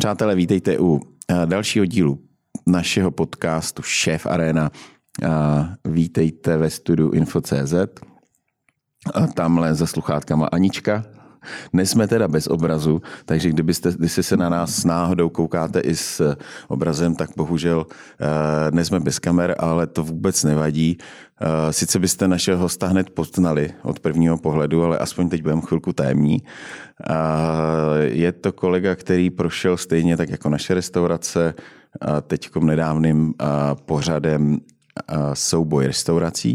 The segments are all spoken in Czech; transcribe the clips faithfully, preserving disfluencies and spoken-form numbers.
Přátelé, vítejte u dalšího dílu našeho podcastu Šéf Arena. Vítejte ve studiu info tečka cé zet. Tamhle za sluchátkama Anička. Dnes jsme teda bez obrazu, takže kdybyste, když se na nás náhodou koukáte i s obrazem, tak bohužel dnes jsme bez kamer, ale to vůbec nevadí. Sice byste našeho hosta hned poznali od prvního pohledu, ale aspoň teď budeme chvilku tajemní. Je to kolega, který prošel stejně tak jako naše restaurace teďkom nedávným pořadem Souboj restaurací.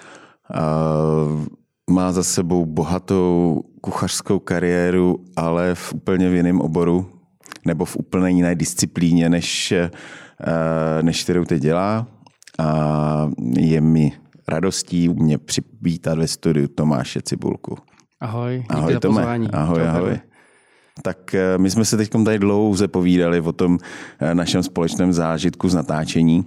Má za sebou bohatou kuchařskou kariéru, ale v úplně v jiném oboru nebo v úplně jiné disciplíně, než, než kterou teď dělá. A je mi radostí mě přivítat ve studiu Tomáše Cibulku. Ahoj, ahoj díky za pozvání. Ahoj, ahoj. Tak my jsme se teď tady dlouze povídali o tom našem společném zážitku z natáčení.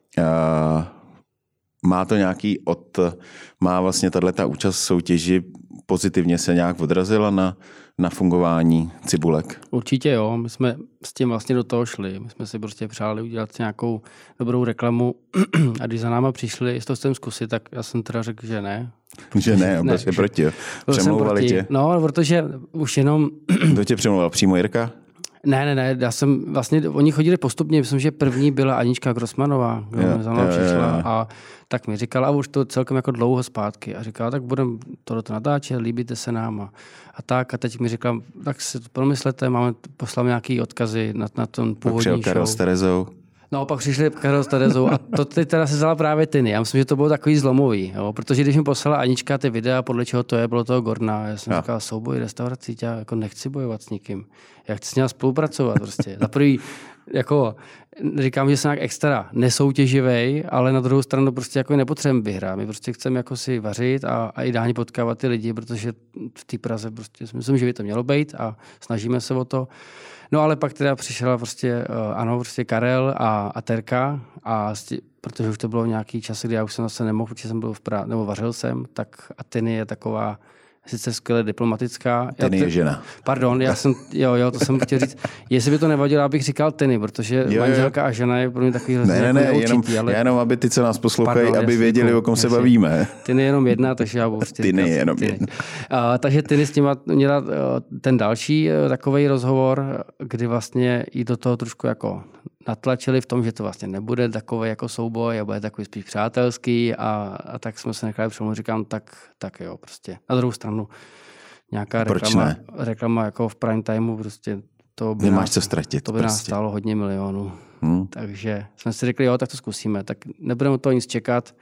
Má to nějaký od, má vlastně tato účast v soutěži pozitivně se nějak odrazila na, na fungování Cibulek? Určitě jo, my jsme s tím vlastně do toho šli. My jsme si prostě přáli udělat nějakou dobrou reklamu a když za náma přišli, jestli to chcem zkusit, tak já jsem teda řekl, že ne. Že ne, on byl ne, proti, jo. Přemlouvali tě? No, protože už jenom... Kdo tě přemlouval? Přímo Jirka? Ne, ne, ne, já jsem vlastně, oni chodili postupně, myslím, že první byla Anička Grossmanová, kdo za mnou přišla a tak mi říkala, a už to celkem jako dlouho zpátky a říkala, tak budeme tohleto natáčet, líbíte se nám a, a tak a teď mi říkala, tak si to promyslete, máme, poslal nějaký odkazy na, na ten původní show. Karel s Terezou. No, pak přišli Karel s Terezou a to teď teda se vzala právě Tiny. Já myslím, že to bylo takový zlomový, jo? Protože když mi poslala Anička ty videa, podle čeho to je, bylo toho Gordona. Já jsem no. říkal, souboj restaurací, já jako nechci bojovat s nikým. Já chci s ním spolupracovat prostě. Za prvý, jako říkám, že jsem nějak extra nesoutěživej, ale na druhou stranu prostě jako nepotřebujeme vyhrát. My prostě chceme jako si vařit a, a ideálně potkávat ty lidi, protože v té Praze prostě myslím, že by to mělo být a snažíme se o to. No ale pak teda přišel prostě, uh, ano, prostě Karel a, a Terka a sti, protože už to bylo nějaký čas, kdy já už jsem zase nemohl, protože jsem byl v Praze, nebo vařil jsem, tak a Tiny je taková sice skvěle diplomatická. Tiny je žena. Pardon, já jsem, jo, jo, to jsem chtěl říct. Jestli by to nevadilo, abych říkal Tiny, protože jo, manželka jo. a žena je pro mě takový hrozně ne, ne, ne, neurčitý, jenom, ale... jenom, aby ty, co nás poslouchají, Pardon, aby věděli, děkuji, o kom se jasně. bavíme. Tiny je jenom jedna, takže já budu prostě Tiny je jenom Tiny. jedna. Uh, takže Tiny s tím měla uh, ten další uh, takovej rozhovor, kdy vlastně jí do toho trošku jako natlačili v tom, že to vlastně nebude takový jako souboj a bude takový spíš přátelský a, a tak jsme se nechali přemluvit, říkám, tak, tak jo, prostě. Na druhou stranu nějaká reklama, reklama jako v prime timeu, prostě to by, Nemáš nás, co ztratit, to by prostě. nás stálo hodně milionů. Hmm. Takže jsme si řekli, jo, tak to zkusíme. Tak nebudeme od toho nic čekat.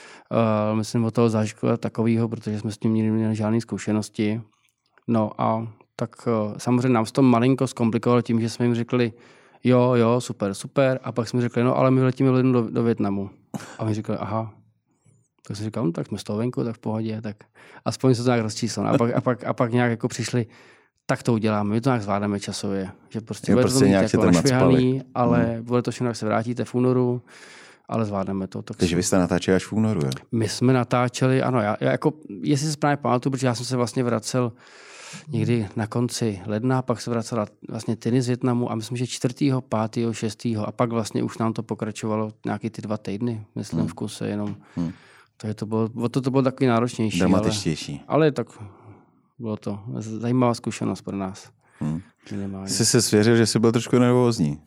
Uh, myslím od toho zážitku takového, protože jsme s tím měli žádné zkušenosti. No a tak uh, samozřejmě nám se to malinko zkomplikovalo tím, že jsme jim řekli, jo, jo, super, super. A pak jsme řekli, no ale my letíme do, do Vietnamu. A my řekli, aha. Tak jsem říkal, no tak jsme z toho venku, tak v pohodě, tak aspoň se to nějak rozčíslo. A pak, a pak, a pak nějak jako přišli, tak to uděláme, my to nějak zvládneme časově. Že prostě jo, bude prostě to mít jako našvihaný, ale hmm. bude to všechno, jak se vrátíte v únoru, ale zvládneme to. Tak Takže vy jste natáčeli až v únoru, jo? My jsme natáčeli, ano, já, já jako, jestli se správně pamatuju, protože já jsem se vlastně vracel někdy na konci ledna, pak se vracela vlastně Tiny z Vietnamu a myslím, že čtvrtého, pátého, šestého a pak vlastně už nám to pokračovalo nějaký ty dva týdny, myslím hmm. v kuse jenom. Hmm. Takže to bylo, to, to bylo takový náročnější. Dramatičtější. Ale, ale tak bylo to zajímavá zkušenost pro nás. Hmm. Jsi se svěřil, že jsi byl trošku nervózní.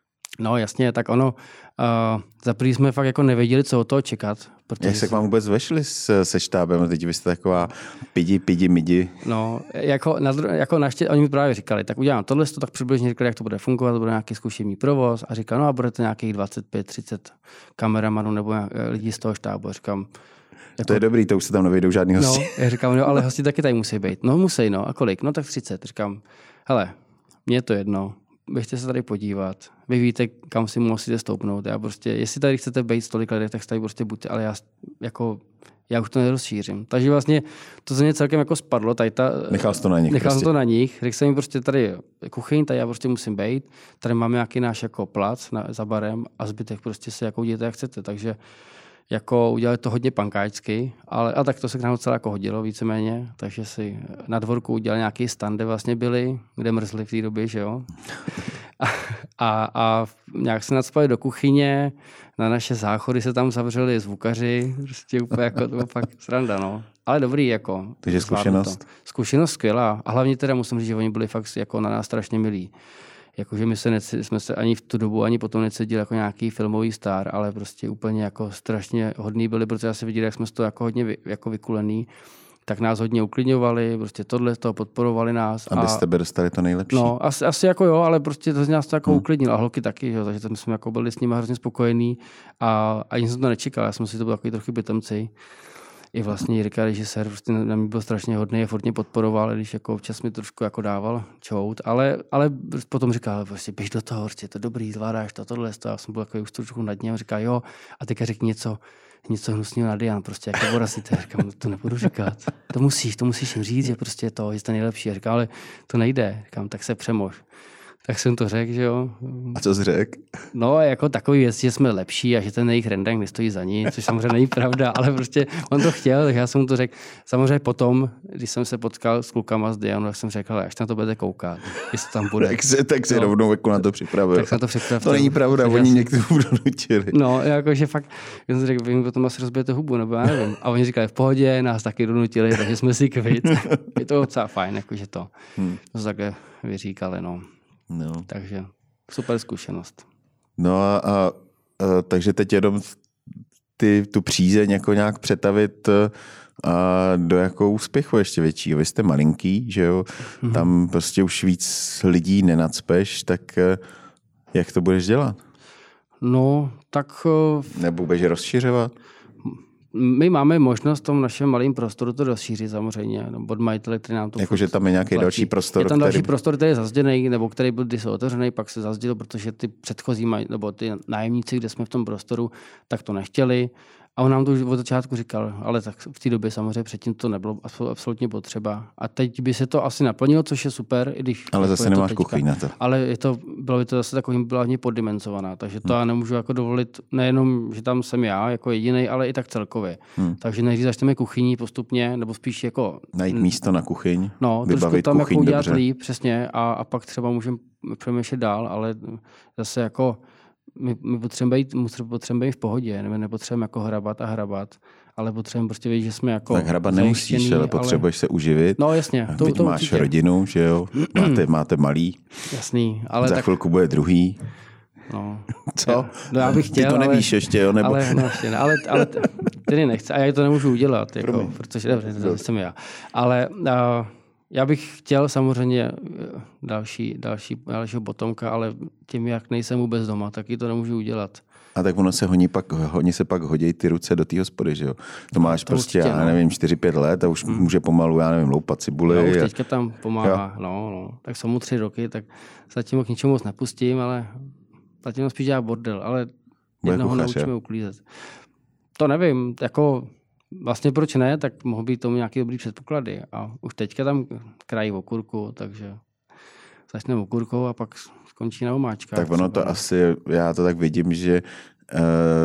No jasně, tak ono, uh, za první jsme fakt jako nevěděli, co od toho čekat. Jak se k vám vůbec vešli se, se štábem? Teď vy jste taková pidi, pidi, midi. No, jako, na, jako naště, oni mi právě říkali, tak udělám tohle, tak přibližně říkali, jak to bude fungovat, to bude nějaký zkušební provoz a říkal, no a bude to nějakých dvacet pět třicet kameramanů nebo lidí z toho štábu. A říkám, jako, to je dobrý, to už se tam nevejdou žádný hosti. No, já říkám, no, ale hosti taky tady musí být. No musí, no, a kolik? No tak třicet. Říkám, hele, mně je to jedno, běžte se tady podívat. Vy víte, kam si musíte stoupnout. Já prostě, jestli tady chcete být stolik lidí, tak tady prostě buďte, ale já jako, já už to nerozšířím. Takže vlastně to ze mě celkem jako spadlo. Tady ta, nechal jsi to na nich. Nechal prostě. to na nich. Řekl jsem jim prostě tady kuchyň, tady já prostě musím být. Tady máme nějaký náš jako plac na, za barem a zbytek prostě se jako udějte, jak chcete. Takže jako udělali to hodně pankáčsky, ale a tak to se k nám docela jako hodilo víceméně, takže si na dvorku udělali nějaký stand, kde vlastně byli, kde mrzli v té době, že jo. A, a, a nějak se nadspali do kuchyně, na naše záchody se tam zavřeli zvukaři, prostě úplně jako to bylo fakt sranda, no. Ale dobrý, jako. Takže zkušenost? To. Zkušenost skvělá. A hlavně teda musím říct, že oni byli fakt jako na nás strašně milí. Jakože my se nec, jsme se ani v tu dobu, ani potom necítili jako nějaký filmový star, ale prostě úplně jako strašně hodný byli, protože já si viděl, jak jsme z toho jako hodně vy, jako vykulený, tak nás hodně uklidňovali, prostě tohle z toho podporovali nás. Aby z tebe dostali to nejlepší. No, asi, asi jako jo, ale prostě to z nás to jako hmm. uklidnilo. A holky taky, jo, takže jsme jako byli s nimi hrozně spokojení a ani jsem to nečekal, já jsem si to byl takový trochu pitomci. I vlastně Jirka, režisér, prostě na mě byl strašně hodný a furt mě podporoval, když jako občas mi trošku jako dával čout, ale, ale potom říkal, prostě běž do toho, prostě je to dobrý, zvládáš to, tohle, to. Já jsem byl jako už trošku nad něm, říká jo, a teďka řekni něco, něco hnusného na Dian, prostě jak to borazíte. Říkám, no, to nebudu říkat. To musíš, to musíš jim říct, že prostě to je to nejlepší. Říkám, ale to nejde. Říkám, tak se přemož. Tak jsem to řekl, že jo. A co jsi řekl? No, jako takový věc, že jsme lepší a že ten jejich rendang nestojí za ní, což samozřejmě není pravda, ale prostě on to chtěl, tak já jsem mu to řekl. Samozřejmě potom, když jsem se potkal s klukama z Dianu, tak jsem řekl, až na to budete koukat, jestli tam bude. tak se, tak se no, rovnou jako na to připravil. Tak se na to připravil. To není pravda, oni někdy budou nutili. No, jakože fakt, já jsem řekl, vy mi potom asi rozbijete hubu, nebo já nevím. A oni říkali, v pohodě, nás taky donutili, takže jsme si kvit. Je to docela fajn, jakože to. Hmm. To takhle vyříkali, no. No. Takže super zkušenost. No a, a, a takže teď jenom ty, tu přízeň jako nějak přetavit a do jako úspěchu ještě většího. Vy jste malinký, že jo? Mm-hmm. Tam prostě už víc lidí nenacpeš, tak jak to budeš dělat? No, tak... Nebo budeš rozšiřovat? My máme možnost v tom našem malém prostoru to rozšířit samozřejmě, od majitele, který nám to... Jakože tam je nějaký tlačí. další prostor, Je tam který... další prostor, který je zazděný, nebo který byl když se otevřený, pak se zazděl, protože ty předchozí, maj... nebo ty nájemníci, kde jsme v tom prostoru, tak to nechtěli. A on nám to už od začátku říkal, ale tak v té době samozřejmě předtím to nebylo absolutně potřeba. A teď by se to asi naplnilo, což je super, i když... Ale zase nemáš kuchyň na to. Ale je to, bylo by to zase takovým, byla hodně poddimenzovaná, takže to hmm. já nemůžu jako dovolit, nejenom, že tam jsem já jako jedinej, ale i tak celkově. Hmm. Takže nejdřív začneme kuchyní postupně, nebo spíš jako... Najít místo na kuchyň, no, vybavit tam kuchyň jako udělat dobře. líp, přesně, a, a pak třeba můžeme přemýšlet dál, ale zase jako... My, my potřebujeme být, potřebujeme být v pohodě, ne, nepotřebujeme jako hrabat a hrabat, ale potřebujeme prostě vědět, že jsme jako tak hrabat nemusíš, ale potřebuješ ale... se uživit. No jasně. To, to máš určitě. Rodinu, že jo, máte, máte malý. Jasný. Ale za tak... chvilku bude druhý. No. Co? No já bych chtěl, ty to nevíš ale... ještě, jo? Nebo... Ale, no, ještě ne, ale, ale ty nechce a já to nemůžu udělat, jako, protože dobře, to jsem já. Ale... Uh, já bych chtěl samozřejmě další, další, dalšího potomka, ale tím, jak nejsem vůbec doma, taky to nemůžu udělat. A tak ono se honí, pak, honí se pak hodí ty ruce do té hospody, že jo? To máš to prostě, určitě, já nevím, čtyři pět let a už hmm. může pomalu, já nevím, loupat cibuly. No, už a... teďka tam pomáhá, no, no. Tak jsou mu tři roky, tak zatím ho k ničemu moc nepustím, ale zatím ho spíš dělá bordel, ale jednoho naučíme uklízet. To nevím, jako... Vlastně proč ne, tak mohl být tomu nějaký dobrý předpoklady. A už teďka tam krají okurku, takže začneme okurkou a pak skončí na omáčkách. Tak ono to asi, já to tak vidím, že uh,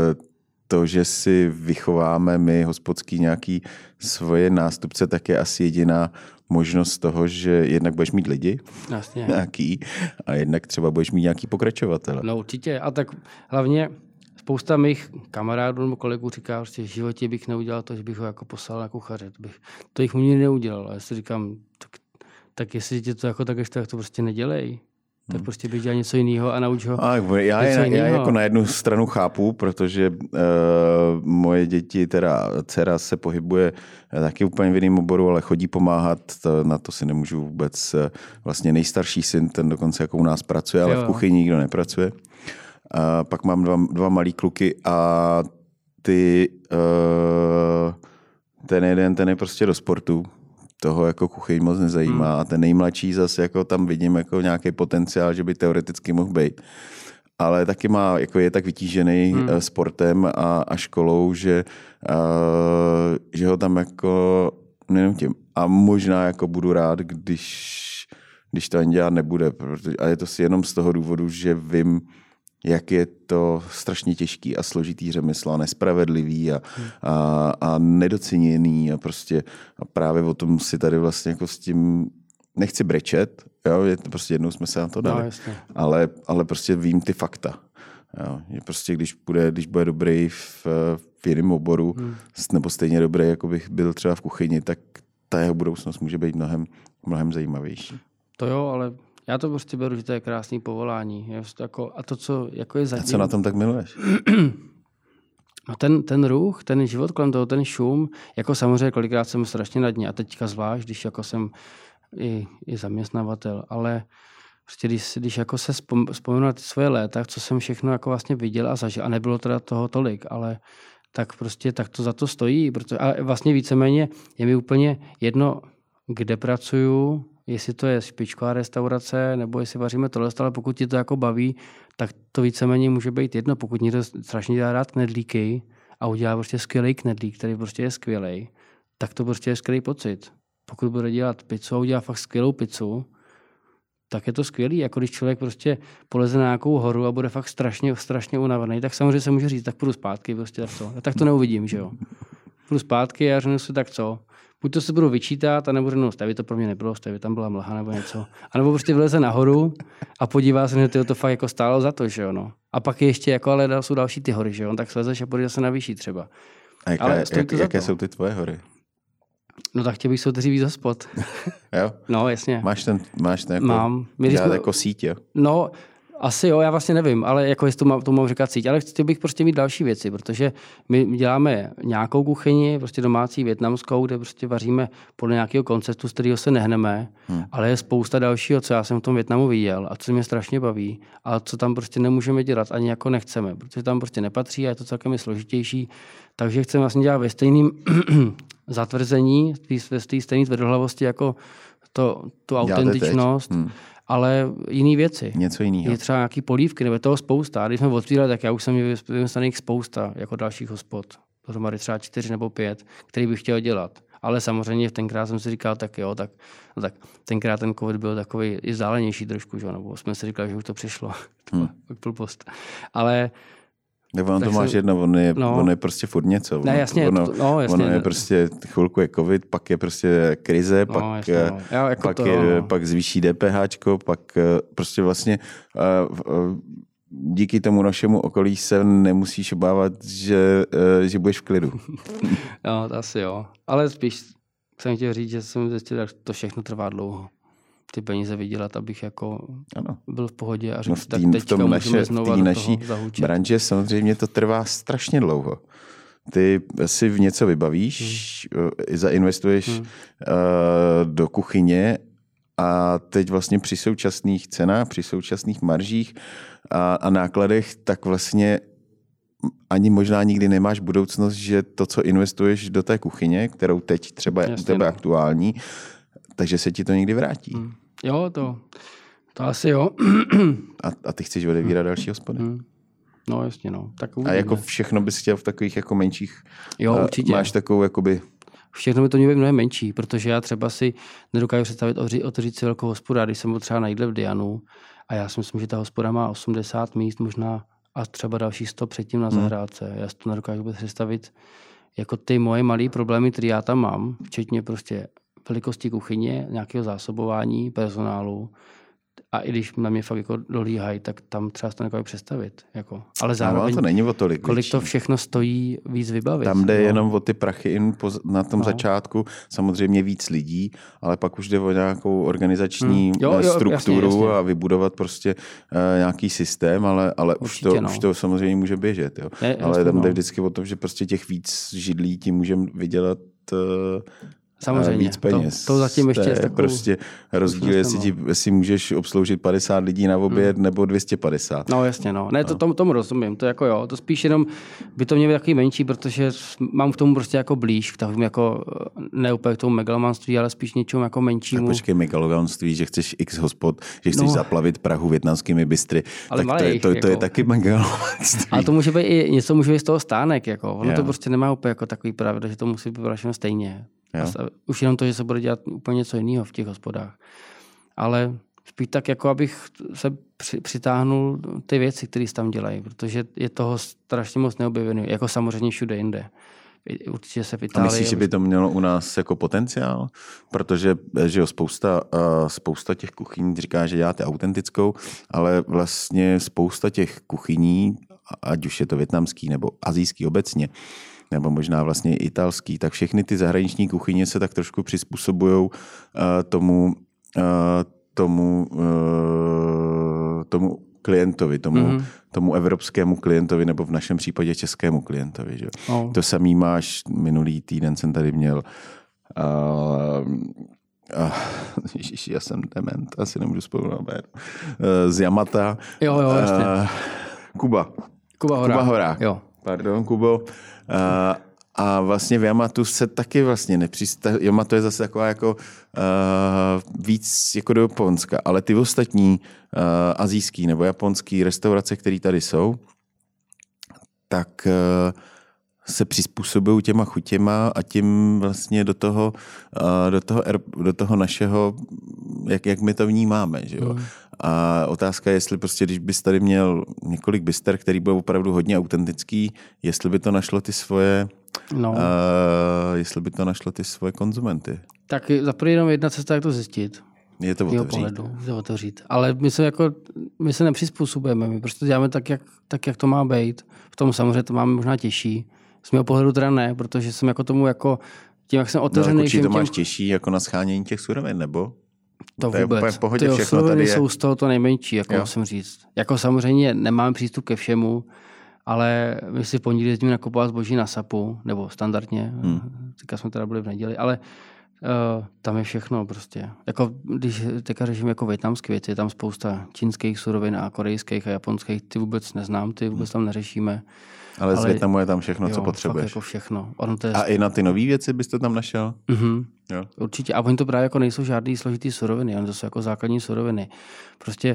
to, že si vychováme my hospodský nějaký svoje nástupce, tak je asi jediná možnost toho, že jednak budeš mít lidi Jasně. nějaký a jednak třeba budeš mít nějaký pokračovatele. No určitě. A tak hlavně spousta mých kamarádů nebo kolegů říká, že v životě bych neudělal to, že bych ho jako poslal na kuchaře. To, bych, to jich mě neudělal. A já si říkám, tak, tak jestli tě to jako tak ještě, tak to prostě nedělej. Tak hmm. prostě bych dělal něco jiného a nauč ho. A já, je, já jako na jednu stranu chápu, protože uh, moje děti, teda dcera se pohybuje taky úplně v jiném oboru, ale chodí pomáhat, to, na to si nemůžu vůbec, vlastně nejstarší syn, ten dokonce jako u nás pracuje, ale jo. v kuchyni nikdo nepracuje. A pak mám dva, dva malý kluky a ty, uh, ten jeden, ten je prostě do sportu. Toho jako kuchyň moc nezajímá. Hmm. A ten nejmladší zase jako tam vidím jako nějaký potenciál, že by teoreticky mohl být. Ale taky má, jako je tak vytížený hmm. sportem a, a školou, že, uh, že ho tam jako nenutím. A možná jako budu rád, když, když to ani dělat nebude. Protože, a je to si jenom z toho důvodu, že vím, jak je to strašně těžký a složitý řemeslo a nespravedlivý a, hmm. a, a nedoceněný a prostě a právě o tom si tady vlastně jako s tím nechci brečet, jo, je to prostě jednou jsme se na to dali, no, ale, ale prostě vím ty fakta. Jo, je prostě když bude, když bude dobrý v, v jiném oboru, hmm. nebo stejně dobrý, jako bych byl třeba v kuchyni, tak ta jeho budoucnost může být mnohem, mnohem zajímavější. To jo, ale já to prostě beru, že to je krásný povolání. Jako, a to, co jako je zatím... A co na tom tak miluješ? No ten, ten ruch, ten život kolem toho, ten šum, jako samozřejmě kolikrát jsem strašně na dně a teďka zvlášť, když jako jsem i, i zaměstnavatel, ale prostě když, když jako se vzpomenu na ty svoje léta, co jsem všechno jako vlastně viděl a zažil, a nebylo teda toho tolik, ale tak prostě tak to za to stojí, protože a vlastně víceméně je mi úplně jedno, kde pracuju, jestli to je špičková restaurace, nebo jestli vaříme tohle, ale pokud ti to jako baví, tak to víceméně může být jedno. Pokud někdo strašně dělá rád knedlíky a udělá prostě skvělý knedlík, který prostě je skvělý, tak to prostě je skvělý pocit. Pokud bude dělat pizzu a udělá fakt skvělou pizzu, tak je to skvělý. Jako když člověk prostě poleze na nějakou horu a bude fakt strašně, strašně unavený, tak samozřejmě se může říct, tak půjdu zpátky, prostě tak co. A tak to neuvidím, že jo. Půjdu zpátky a řeknu si, tak co. Buď to se budu vyčítat, anebo řeknu, stavě to pro mě nebylo, stavě tam byla mlha nebo něco. A nebo prostě vyleze nahoru a podívá se, že to, to fakt jako stálo za to, že jo. No. A pak je ještě jako, ale jsou další ty hory, že jo. Tak slezeš a půjdeš se na vyšší třeba. A jaké, ale jak, jaké jsou ty tvoje hory? No tak chtěl bych se otevřít víc hospod. Jo? No, jasně. Máš ten, máš ten jako, mám. Dělat jsme... jako síť, jo? No, asi jo, já vlastně nevím, ale jako jestli to mám, to mám říkat síť, ale chtěl bych prostě mít další věci, protože my děláme nějakou kuchyni, prostě domácí vietnamskou, kde prostě vaříme podle nějakého konceptu, z kterého se nehneme, hmm. ale je spousta dalšího, co já jsem v tom Vietnamu viděl a co mě strašně baví a co tam prostě nemůžeme dělat, ani jako nechceme, protože tam prostě nepatří a je to celkem složitější, takže chceme vlastně dělat ve stejným zatvrzení, ve stejné tvrdohlavosti jako to, tu autentičnost, hmm. ale jiný věci. Něco jiného. Je třeba nějaký polívky, nebo toho spousta. A když jsme otvírali, tak já už jsem měl vymyslených spousta jako dalších hospod. Dohromady třeba čtyři nebo pět, který bych chtěl dělat. Ale samozřejmě tenkrát jsem si říkal, tak jo, tak, no tak tenkrát ten covid byl takový i vzdálenější trošku, že? Nebo jsme si říkali, že už to přišlo. Hmm. Blbost. Ale tak on to máš jsem, jedno, on je, no, on je prostě furt něco. Ne, jasně, ono, to, no, jasně. Ono je prostě, chvilku je covid, pak je prostě krize, no, pak, jasně, no. Já, jako pak, to, je, no. pak zvýší DPHčko, pak prostě vlastně uh, uh, díky tomu našemu okolí se nemusíš obávat, že, uh, že budeš v klidu. No, to asi jo. Ale spíš jsem chtěl říct, že jsem zjistil, že to všechno trvá dlouho. Ty peníze vydělat, abych jako ano. byl v pohodě a řekl, no, tak teďka můžeme naše, znova v té naší branži samozřejmě to trvá strašně dlouho. Ty si v něco vybavíš, hmm. zainvestuješ hmm. uh, do kuchyně a teď vlastně při současných cenách, při současných maržích a, a nákladech, tak vlastně ani možná nikdy nemáš budoucnost, že to, co investuješ do té kuchyně, kterou teď třeba je u tebe aktuální, takže se ti to někdy vrátí. Hmm. Jo, to, to asi jo. A, a ty chceš odevírat hmm. další hospody? Hmm. No jasně, no. Tak a jako všechno bys chtěl v takových jako menších... Jo, určitě. Máš takovou jakoby... Všechno by to mělo být mnohem menší, protože já třeba si nedokážu představit otevřít si velkou hospodu, když jsem byl třeba na jídle v Dianu a já si myslím, že ta hospoda má osmdesát míst možná a třeba další sto předtím na zahrádce. Hmm. Já si to nedokážu představit jako ty moje malé problémy, které já tam mám, včetně prostě velikosti kuchyně, nějakého zásobování, personálu. A i když na mě fakt jako dolíhají, tak tam třeba se to nedokážu představit. Jako. Ale zároveň, no, to není o tolik kolik větší. To všechno stojí víc vybavit. Tam jde no. jenom o ty prachy na tom no. začátku, samozřejmě víc lidí, ale pak už jde o nějakou organizační hmm. jo, jo, strukturu jasně, jasně. a vybudovat prostě uh, nějaký systém, ale, ale už, to, no. už to samozřejmě může běžet. Jo. Je, ale jasně, tam jde no. vždycky o to, že prostě těch víc židlí tím můžeme vydělat uh, samozřejmě, víc peněz. To, to zatím ještě je takovou, prostě rozdíl, jestli, ti, jestli můžeš obsloužit padesát lidí na oběd hmm. nebo dvě stě padesát. No jasně, no. Ne, to, tomu, tomu rozumím, to jako jo. To spíš jenom by to mělo takový menší, protože mám k tomu prostě jako blíž, k takovým jako ne úplně k tomu megalomanství, ale spíš něčemu jako menšímu. A počkej, megalomanství, že chceš x hospod, že chceš no. zaplavit Prahu vietnamskými bystry, ale tak to, je, to, to, to je taky megalomanství. Ale to může být i něco, může být z toho stánek, jako. Ono yeah. to prostě nemá úplně jako takový pravidlo, že to musí být všechno stejně. Jo. Už jenom to, že se bude dělat úplně něco jiného v těch hospodách. Ale spíš tak, jako abych se při, přitáhnul ty věci, které se tam dělají, protože je toho strašně moc neobjevený, jako samozřejmě všude jinde. určitě se v Itálii... A myslíš, že by to mělo u nás jako potenciál? Protože že jo, spousta, uh, spousta těch kuchyní říká, že děláte autentickou, ale vlastně spousta těch kuchyní, ať už je to vietnamský nebo asijský obecně, nebo možná vlastně italský, tak všechny ty zahraniční kuchyně se tak trošku přizpůsobují uh, tomu, uh, tomu, uh, tomu klientovi, tomu, mm-hmm. tomu evropskému klientovi, nebo v našem případě českému klientovi. Že? Oh. To samý máš, minulý týden jsem tady měl uh, uh, ježiš, já jsem dement, asi nemůžu vzpomenout uh, z Yamata. Jo, jo, jasně. Uh, Kuba. Kuba Horák. Kuba Horák. Jo. Pardon, Kubo. Uh, a vlastně v Yamatu se taky vlastně nepřistaví. Yamato je zase taková jako uh, víc jako do Japonska, ale ty ostatní uh, asijský nebo japonský restaurace, které tady jsou, tak uh, se přizpůsobují těma chutěma a tím vlastně do toho, uh, do toho, do toho našeho, jak, jak my to vnímáme. Že jo? Mm. A otázka je, jestli prostě, když bys tady měl několik bister, který byl opravdu hodně autentický, jestli by to našlo ty svoje, no. uh, jestli by to našlo ty svoje konzumenty. Tak za první jenom jedna cesta, jak to zjistit. Je to otevřít. Pohledu, je to otevřít. Ale my se, jako, my se nepřizpůsobujeme, my prostě děláme tak jak, tak, jak to má být. V tom samozřejmě to máme možná těžší. Z mého pohledu teda ne, protože jsem jako tomu jako, tím, jak jsem otevřený... No, určitě to máš těm... těžší jako na schánění těch surovin, nebo? To, to vůbec. Je v pohodě, ty všechno tady je. jsou z toho to nejmenší, jako musím říct. Jako samozřejmě nemáme přístup ke všemu, ale my si v pondělí jezdíme nakupovat zboží na Sapu, nebo standardně, hmm. teďka jsme teda byli v neděli, ale uh, tam je všechno prostě. Jako když teďka řeším jako vietnamské věci, je tam spousta čínských surovin a korejských a japonských, ty vůbec neznám, ty vůbec tam neřešíme. Ale, ale z Vietnamu je tam všechno, jo, co potřebuješ. Jako všechno. Ono to je... A i na ty nové věci bys to tam našel? Mm-hmm. Jo. Určitě. A oni to právě jako nejsou žádný složitý suroviny, oni to jsou jako základní suroviny. Prostě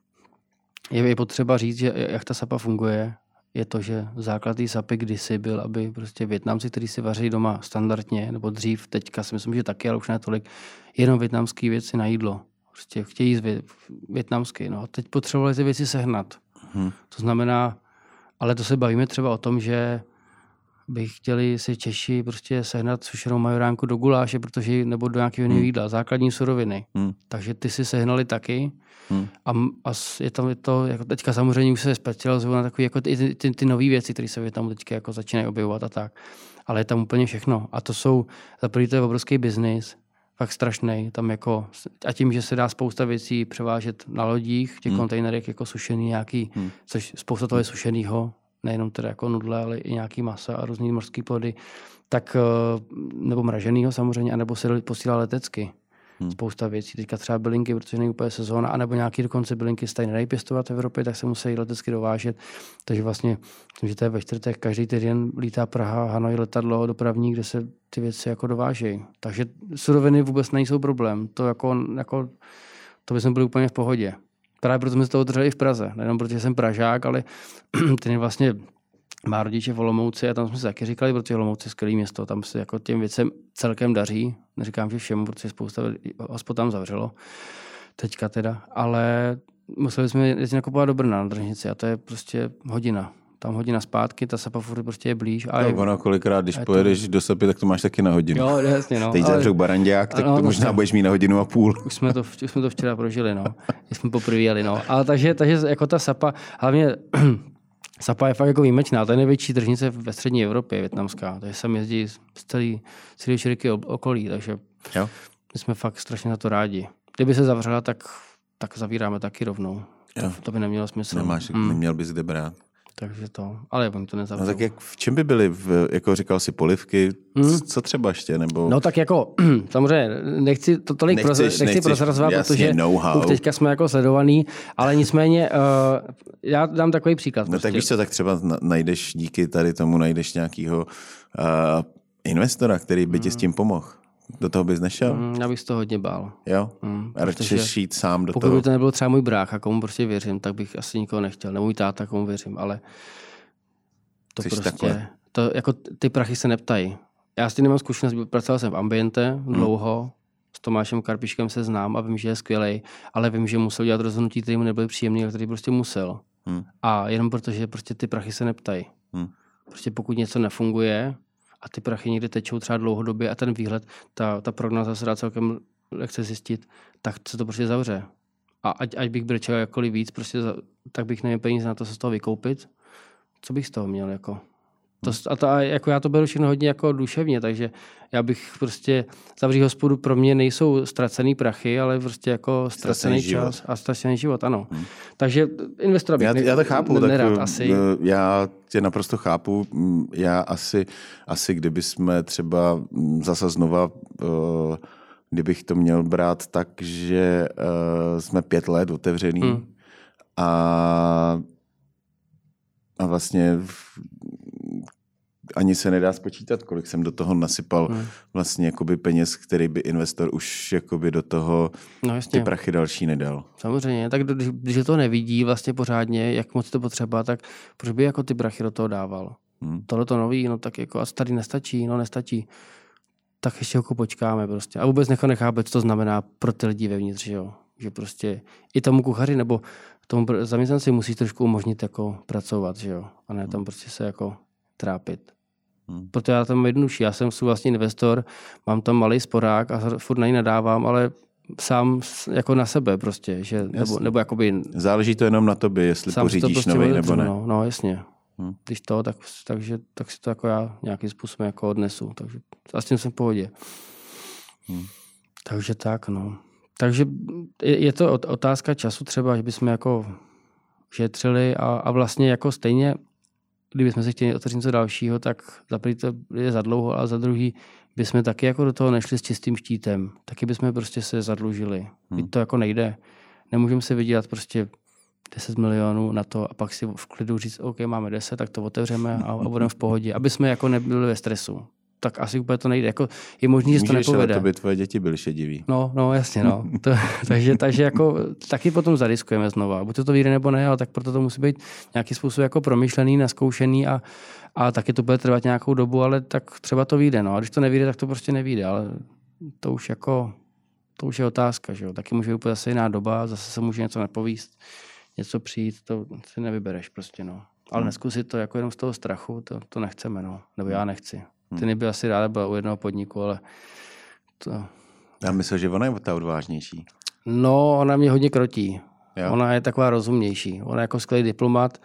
je potřeba říct, že jak ta sapa funguje, je to, že základ té sapy kdysi byl, aby prostě Vietnamci, kteří si vaří doma standardně, nebo dřív, teďka si myslím, že taky, ale už ne tolik, jenom vietnamské věci na jídlo. Prostě chtějí jíst vietnamsky. No a teď potřebovali ty věci sehnat. Hmm. To znamená, ale to se bavíme třeba o tom, že by chtěli si Češi prostě sehnat sušenou majoránku do guláše, protože nebo do nějakého jiného jídla, základní suroviny. Hmm. Takže ty si sehnali taky. Hmm. A, a je tam je to, jako teďka samozřejmě už se specializují na takové jako ty, ty, ty nové věci, které se tam teďka jako začínají objevovat a tak. Ale je tam úplně všechno. A to jsou, za první to je obrovský biznis, fakt strašný. Tam jako, a tím, že se dá spousta věcí převážet na lodích, v těch hmm. kontejnerech jako sušený nějaký, hmm. což spousta toho je sušenýho, nejenom teda jako nudle, ale i nějaký masa a různý mořský plody, tak, nebo mraženýho samozřejmě, anebo se posílá letecky. Hmm. Spousta věcí. Teďka třeba bylinky, protože není úplně sezóna, anebo nějaký dokonce bylinky se tady nedají pěstovat v Evropě, tak se musí letecky dovážet. Takže vlastně, myslím, že to je ve čtvrtek, každý týden lítá Praha, Hanoj letadlo dopravní, kde se ty věci jako dovážejí. Takže suroviny vůbec nejsou problém. To jako, jako to bychom byli úplně v pohodě. Právě proto jsme se to otevřeli v Praze. Nejenom protože jsem Pražák, ale ten vlastně má rodiče v Olomouci a tam jsme se taky říkali, protože Olomouc je skvělý město, tam se jako těm věcem celkem daří. Neříkám, že všemu, protože spousta hospod tam zavřelo. Teďka teda. Ale museli jsme jezdit nakupovat do Brna na Držnici a to je prostě hodina. Tam hodina zpátky, ta sapa furt prostě je blíž. A no, ono kolikrát, když pojedeš to... do Sapy, tak to máš taky na hodinu. Jo, jasně, no. Teď ale... zavřou Baranďák, tak no, to možná to... budeš mít na hodinu a půl. Už jsme to, už jsme to včera prožili, no. Když jsme poprvé jeli, no. Ale takže, takže jako ta sapa, hlavně sapa je fakt jako výjimečná. To je největší tržnice ve střední Evropě, vietnamská. Takže sem jezdí z celý, celý široký okolí, takže jo. My jsme fakt strašně na to rádi. Kdyby se zavřela, tak, tak zavíráme taky rovnou. To, to by nemělo smysl. Nemáš, hmm. Neměl bys kde brát. Takže to, ale oni to nezavřou. No tak jak, v čem by byly, v, jako říkal si, polivky, hmm. co třeba ještě, nebo... No tak jako, samozřejmě, nechci to tolik nechceš, proz, nechci prozrazovat, protože už teďka jsme jako sledovaný, ale nicméně, uh, já dám takový příklad. No prostě. Tak víš co, tak třeba najdeš, díky tady tomu najdeš nějakýho uh, investora, který by ti hmm. s tím pomohl. Do toho bys nešel? Mm, já bych z toho hodně bál. Jo? Mm, a radši jít sám do pokud toho. Pokud by to nebylo třeba můj brácha, komu prostě věřím, tak bych asi nikoho nechtěl. Nebo můj táta, komu věřím, ale to Jsi prostě, to, jako ty prachy se neptají. Já s tím nemám zkušenost, pracoval jsem v Ambiente mm. dlouho, s Tomášem Karpiškem se znám a vím, že je skvělej, ale vím, že musel dělat rozhodnutí, které mu nebyly příjemné, ale který prostě musel. Mm. A jenom protože prostě ty prachy se neptají. Mm. Prostě pokud něco nefunguje, a ty prachy někdy tečou třeba dlouhodobě a ten výhled, ta, ta prognoza se dá celkem lehce zjistit, tak se to prostě zavře. A ať, ať bych brečel jakkoliv víc, prostě za, tak bych neměl peníze na to se z toho vykoupit. Co bych z toho měl? Jako? To, a to, a jako já to beru všechno hodně jako duševně, takže já bych prostě zavřít hospodu pro mě nejsou ztracený prachy, ale prostě jako ztracený čas život. A ztracený život, ano. Hmm. Takže investora bych já, ne, já to chápu, nerad tak, asi. Já tě naprosto chápu. Já asi, asi kdyby jsme třeba zase znova, kdybych to měl brát tak, že jsme pět let otevřený hmm. a A vlastně ani se nedá spočítat, kolik jsem do toho nasypal hmm. vlastně jakoby peněz, který by investor už jakoby do toho no ty prachy další nedal. Samozřejmě, tak když, když to nevidí vlastně pořádně, jak moc to potřeba, tak proč by jako ty prachy do toho dával? Hmm. Tohle to nový, no tak jako a starý nestačí, no nestačí. Tak ještě jako počkáme prostě. A vůbec nechá nechápe, co to znamená pro ty lidi vevnitř, že jo? Že prostě i tomu kuchaři nebo tomu zaměstnanci musí trošku umožnit jako pracovat, že jo? A ne tam prostě se jako trápit. Hmm. Proto já tam jednodušší. Já jsem vlastně investor, mám tam malý sporák a furt na ní nadávám, ale sám jako na sebe prostě, že nebo, nebo jakoby... Záleží to jenom na tobě, jestli pořídíš prostě nový nebo ne. No, no jasně. Hmm. Když to, tak, takže, tak si to jako já nějakým způsobem jako odnesu. Takže a s tím jsem v pohodě. Hmm. Takže tak, no. Takže je to otázka času třeba, že bychom jako šetřili a, a vlastně jako stejně, kdybychom se chtěli otevřít něco dalšího, tak za první to je za dlouho a za druhý bychom taky jako do toho nešli s čistým štítem. Taky bychom prostě se zadlužili. Hmm. To jako nejde. Nemůžeme si vydělat prostě deset milionů na to a pak si v klidu říct, OK, máme deset, tak to otevřeme a, a budeme v pohodě. Aby jsme jako nebyli ve stresu. Tak asi úplně to nejde. Jako je možný, že to nepovede. Ale to by tvoje děti byly šediví. No, no, jasně, no. To, takže, takže jako taky potom zariskujeme znova. Buď to to vyjde nebo ne, ale tak proto to musí být nějaký způsob jako promyšlený, naskoušený a, a taky to bude trvat nějakou dobu, ale tak třeba to vyjde, no. A když to nevyjde, tak to prostě nevyjde, ale to už jako, to už je otázka, že jo. Taky může být úplně zase jiná doba, zase se může něco nepovíst, něco přijít, to si nevybereš prostě, no. Ale hmm. neskusit to jako jenom z toho strachu, to, to nechceme, no. Nebo já nechci. Ty nebyl hmm. asi ráda byla u jednoho podniku, ale to... Já myslím, že ona je ta odvážnější. No, ona mě hodně krotí. Jo. Ona je taková rozumnější. Ona je jako skvělý diplomat,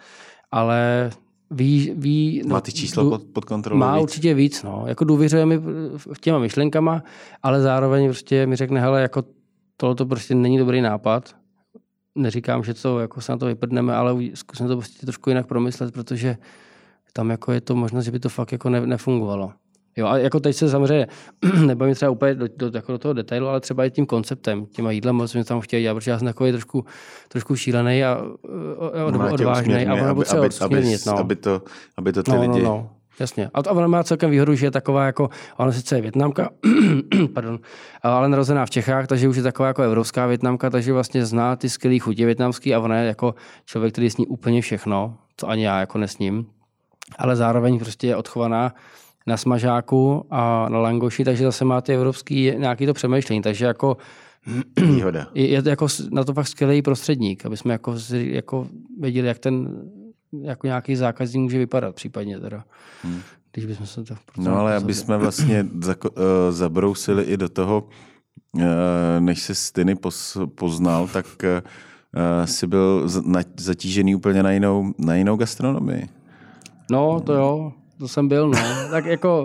ale ví... ví má ty číslo pod, pod kontrolou Má víc. určitě víc, no. Jako důvěřuje mi v těma myšlenkama, ale zároveň prostě mi řekne, hele, jako tohle to prostě není dobrý nápad. Neříkám, že to, jako se na to vyprdneme, ale zkusíme to prostě trošku jinak promyslet, protože tam jako je to možnost, že by to fakt jako ne, nefungovalo. Jo, a jako teď se samozřejmě nebavím třeba úplně do, do, jako do toho detailu, ale třeba i tím konceptem, těma jídlem, co jsme tam chtěli dělat, protože já jsem takový trošku, trošku šílený a od, no, odvážnej a ono potřeba odsměrnit. No. Aby, to, aby to ty no, lidi... No, no. Jasně. A ona má celkem výhodu, že je taková jako, ona sice je Vietnamka, pardon, ale narozená v Čechách, takže už je taková jako evropská Vietnamka, takže vlastně zná ty skvělý chutě vietnamský a ona je jako člověk, který sní úplně všechno, co ani já jako nesním. Ale zároveň prostě je odchovaná na smažáku a na langoši, takže zase má ty evropský nějaký to přemýšlení, takže jako výhoda. Je, je to jako na to fakt skvělý prostředník, aby jsme jako, jako věděli, jak ten jako nějaký zákazník může vypadat případně teda. Hmm. Když bychom se to... No ale aby jsme vlastně zako, uh, zabrousili i do toho, uh, než se Stiny poznal, tak uh, jsi byl na, zatížený úplně na jinou, na jinou gastronomii. No, to jo, to jsem byl, no. Tak jako...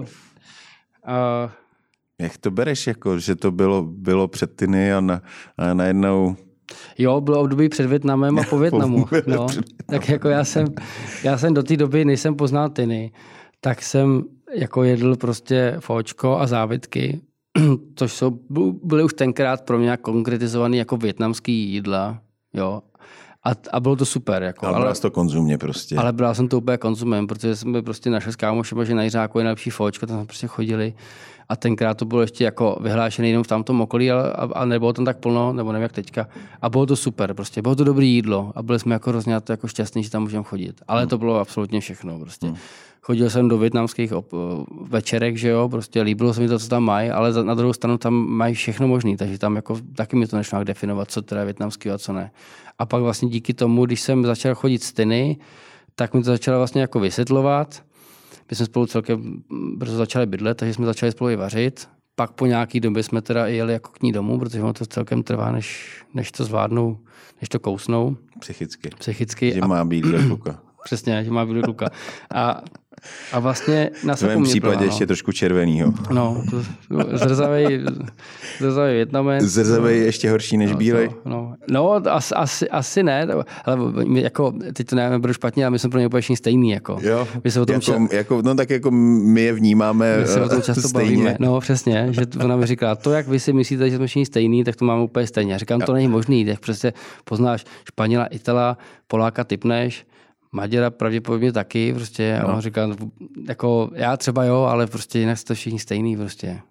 Uh, Jak to bereš, jako, že to bylo, bylo před Tiny a, na, a najednou... Jo, bylo období před Vietnamem a po Vietnamu. No. Tak jako já jsem, já jsem do té doby, než jsem poznal Tiny, tak jsem jako jedl prostě fóčko a závitky, což jsou, byly už tenkrát pro mě konkretizovaný jako vietnamský jídla, jo. A, a bylo to super. Jako, ale byla to konzumně prostě. Ale byla jsem to úplně konzumem, protože jsme by prostě našli s kámošem, že na Jiřáku je nejlepší fóčko, tam jsme prostě chodili. A tenkrát to bylo ještě jako vyhlášené jenom v tamtom okolí, ale, a, a nebylo tam tak plno, nebo nevím jak teďka. A bylo to super, prostě bylo to dobré jídlo a byli jsme jako hrozně jako šťastní, že tam můžeme chodit. Ale hmm. to bylo absolutně všechno. Prostě. Hmm. Chodil jsem do vietnamských op- večerek, že jo, prostě líbilo se mi to, co tam mají, ale za, na druhou stranu tam mají všechno možné, takže tam jako taky mi to nešlo definovat, co teda je vietnamský a co ne. A pak vlastně díky tomu, když jsem začal chodit z Tiny, tak mi to začalo vlastně jako vysvětlovat. my jsme spolu celkem brzo začali bydlet, takže jsme začali spolu i vařit. Pak po nějaký době jsme teda i jeli jako k ní domů, protože ono to celkem trvá, než, než to zvládnou, než to kousnou. Psychicky. Psychicky. Že má být kluka. Přesně, že má být kluka. A, a vlastně na v mém případě byla, ještě no. trošku červenýho. No, zrzavej, zrzavej Vietnamec. Zrzavej je ještě horší než no, bílej? No, no, no asi, asi, asi ne, ale my jako, teď to nevím, budu špatně, ale my jsme pro ně úplně stejný. Jako. Jo, my se o tom jako, ča... jako, no tak jako my je vnímáme my se o tom často stejně. Bavíme. No přesně, že ona mi říká, to jak vy si myslíte, že jsme všichni stejný, tak to máme úplně stejně. Já říkám, jo. To není možný, tak přesně poznáš Španěla, Itala, Poláka typneš, Maďara pravděpodobně taky, prostě, no. A on říká, jako já třeba jo, ale prostě jinak jste všichni stejný, prostě.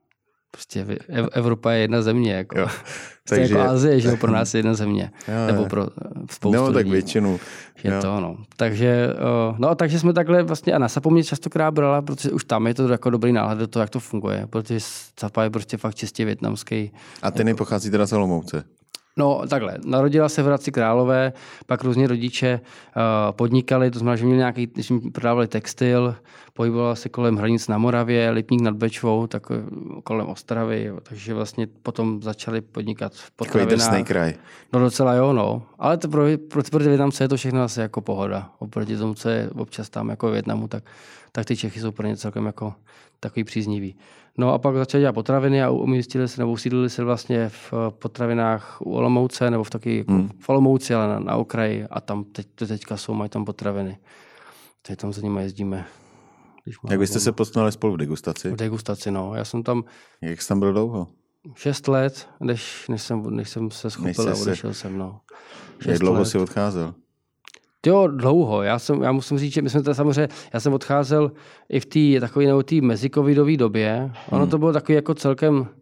Prostě Evropa je jedna země, jako. Jo. Takže jako Asie, že jo, pro nás je jedna země. Jo, nebo pro spoustu no, lidí. tak většinu. Je jo. to, no. Takže, no, takže jsme takhle vlastně, a Nasapa mě častokrát brala, protože už tam je to jako dobrý náhled do toho, jak to funguje, protože Sapa je prostě fakt čistě vietnamský. A ten jako... pochází teda z Olomouce? No takhle, narodila se v Hradci Králové, pak různě rodiče uh, podnikali, to znamená, že měli nějaký, že prodávali textil, pohybovala se kolem hranic na Moravě, Lipník nad Bečvou, tak kolem Ostravy, jo, takže vlastně potom začali podnikat v potravinách. Takový drsnej kraj. No docela jo, no, ale to pro, pro, pro ty Vietnamce je to všechno asi jako pohoda, oproti tomu, co je občas tam jako v Vietnamu, tak, tak ty Čechy jsou pro ně celkem jako takový příznivý. No a pak začali dělat potraviny a umístili se nebo usídlili se vlastně v potravinách u Olomouce nebo v taky jako hmm. v Olomouci, ale na, na okraji a tam teď, teďka jsou, mají tam potraviny. Teď tam za nimi jezdíme. Jak byste se posunuli spolu v degustaci? V degustaci, no. Já jsem tam... Jak jsi tam byl dlouho? Šest let, než, než, jsem, než jsem se schopil a odešel jsem, no. Jak dlouho jsi odcházel? Jo, dlouho. Já, jsem, já musím říct, že my jsme to samozřejmě, já jsem odcházel i v té takové nebo té mezicovidové době. Ono hmm. to bylo takový jako celkem uh,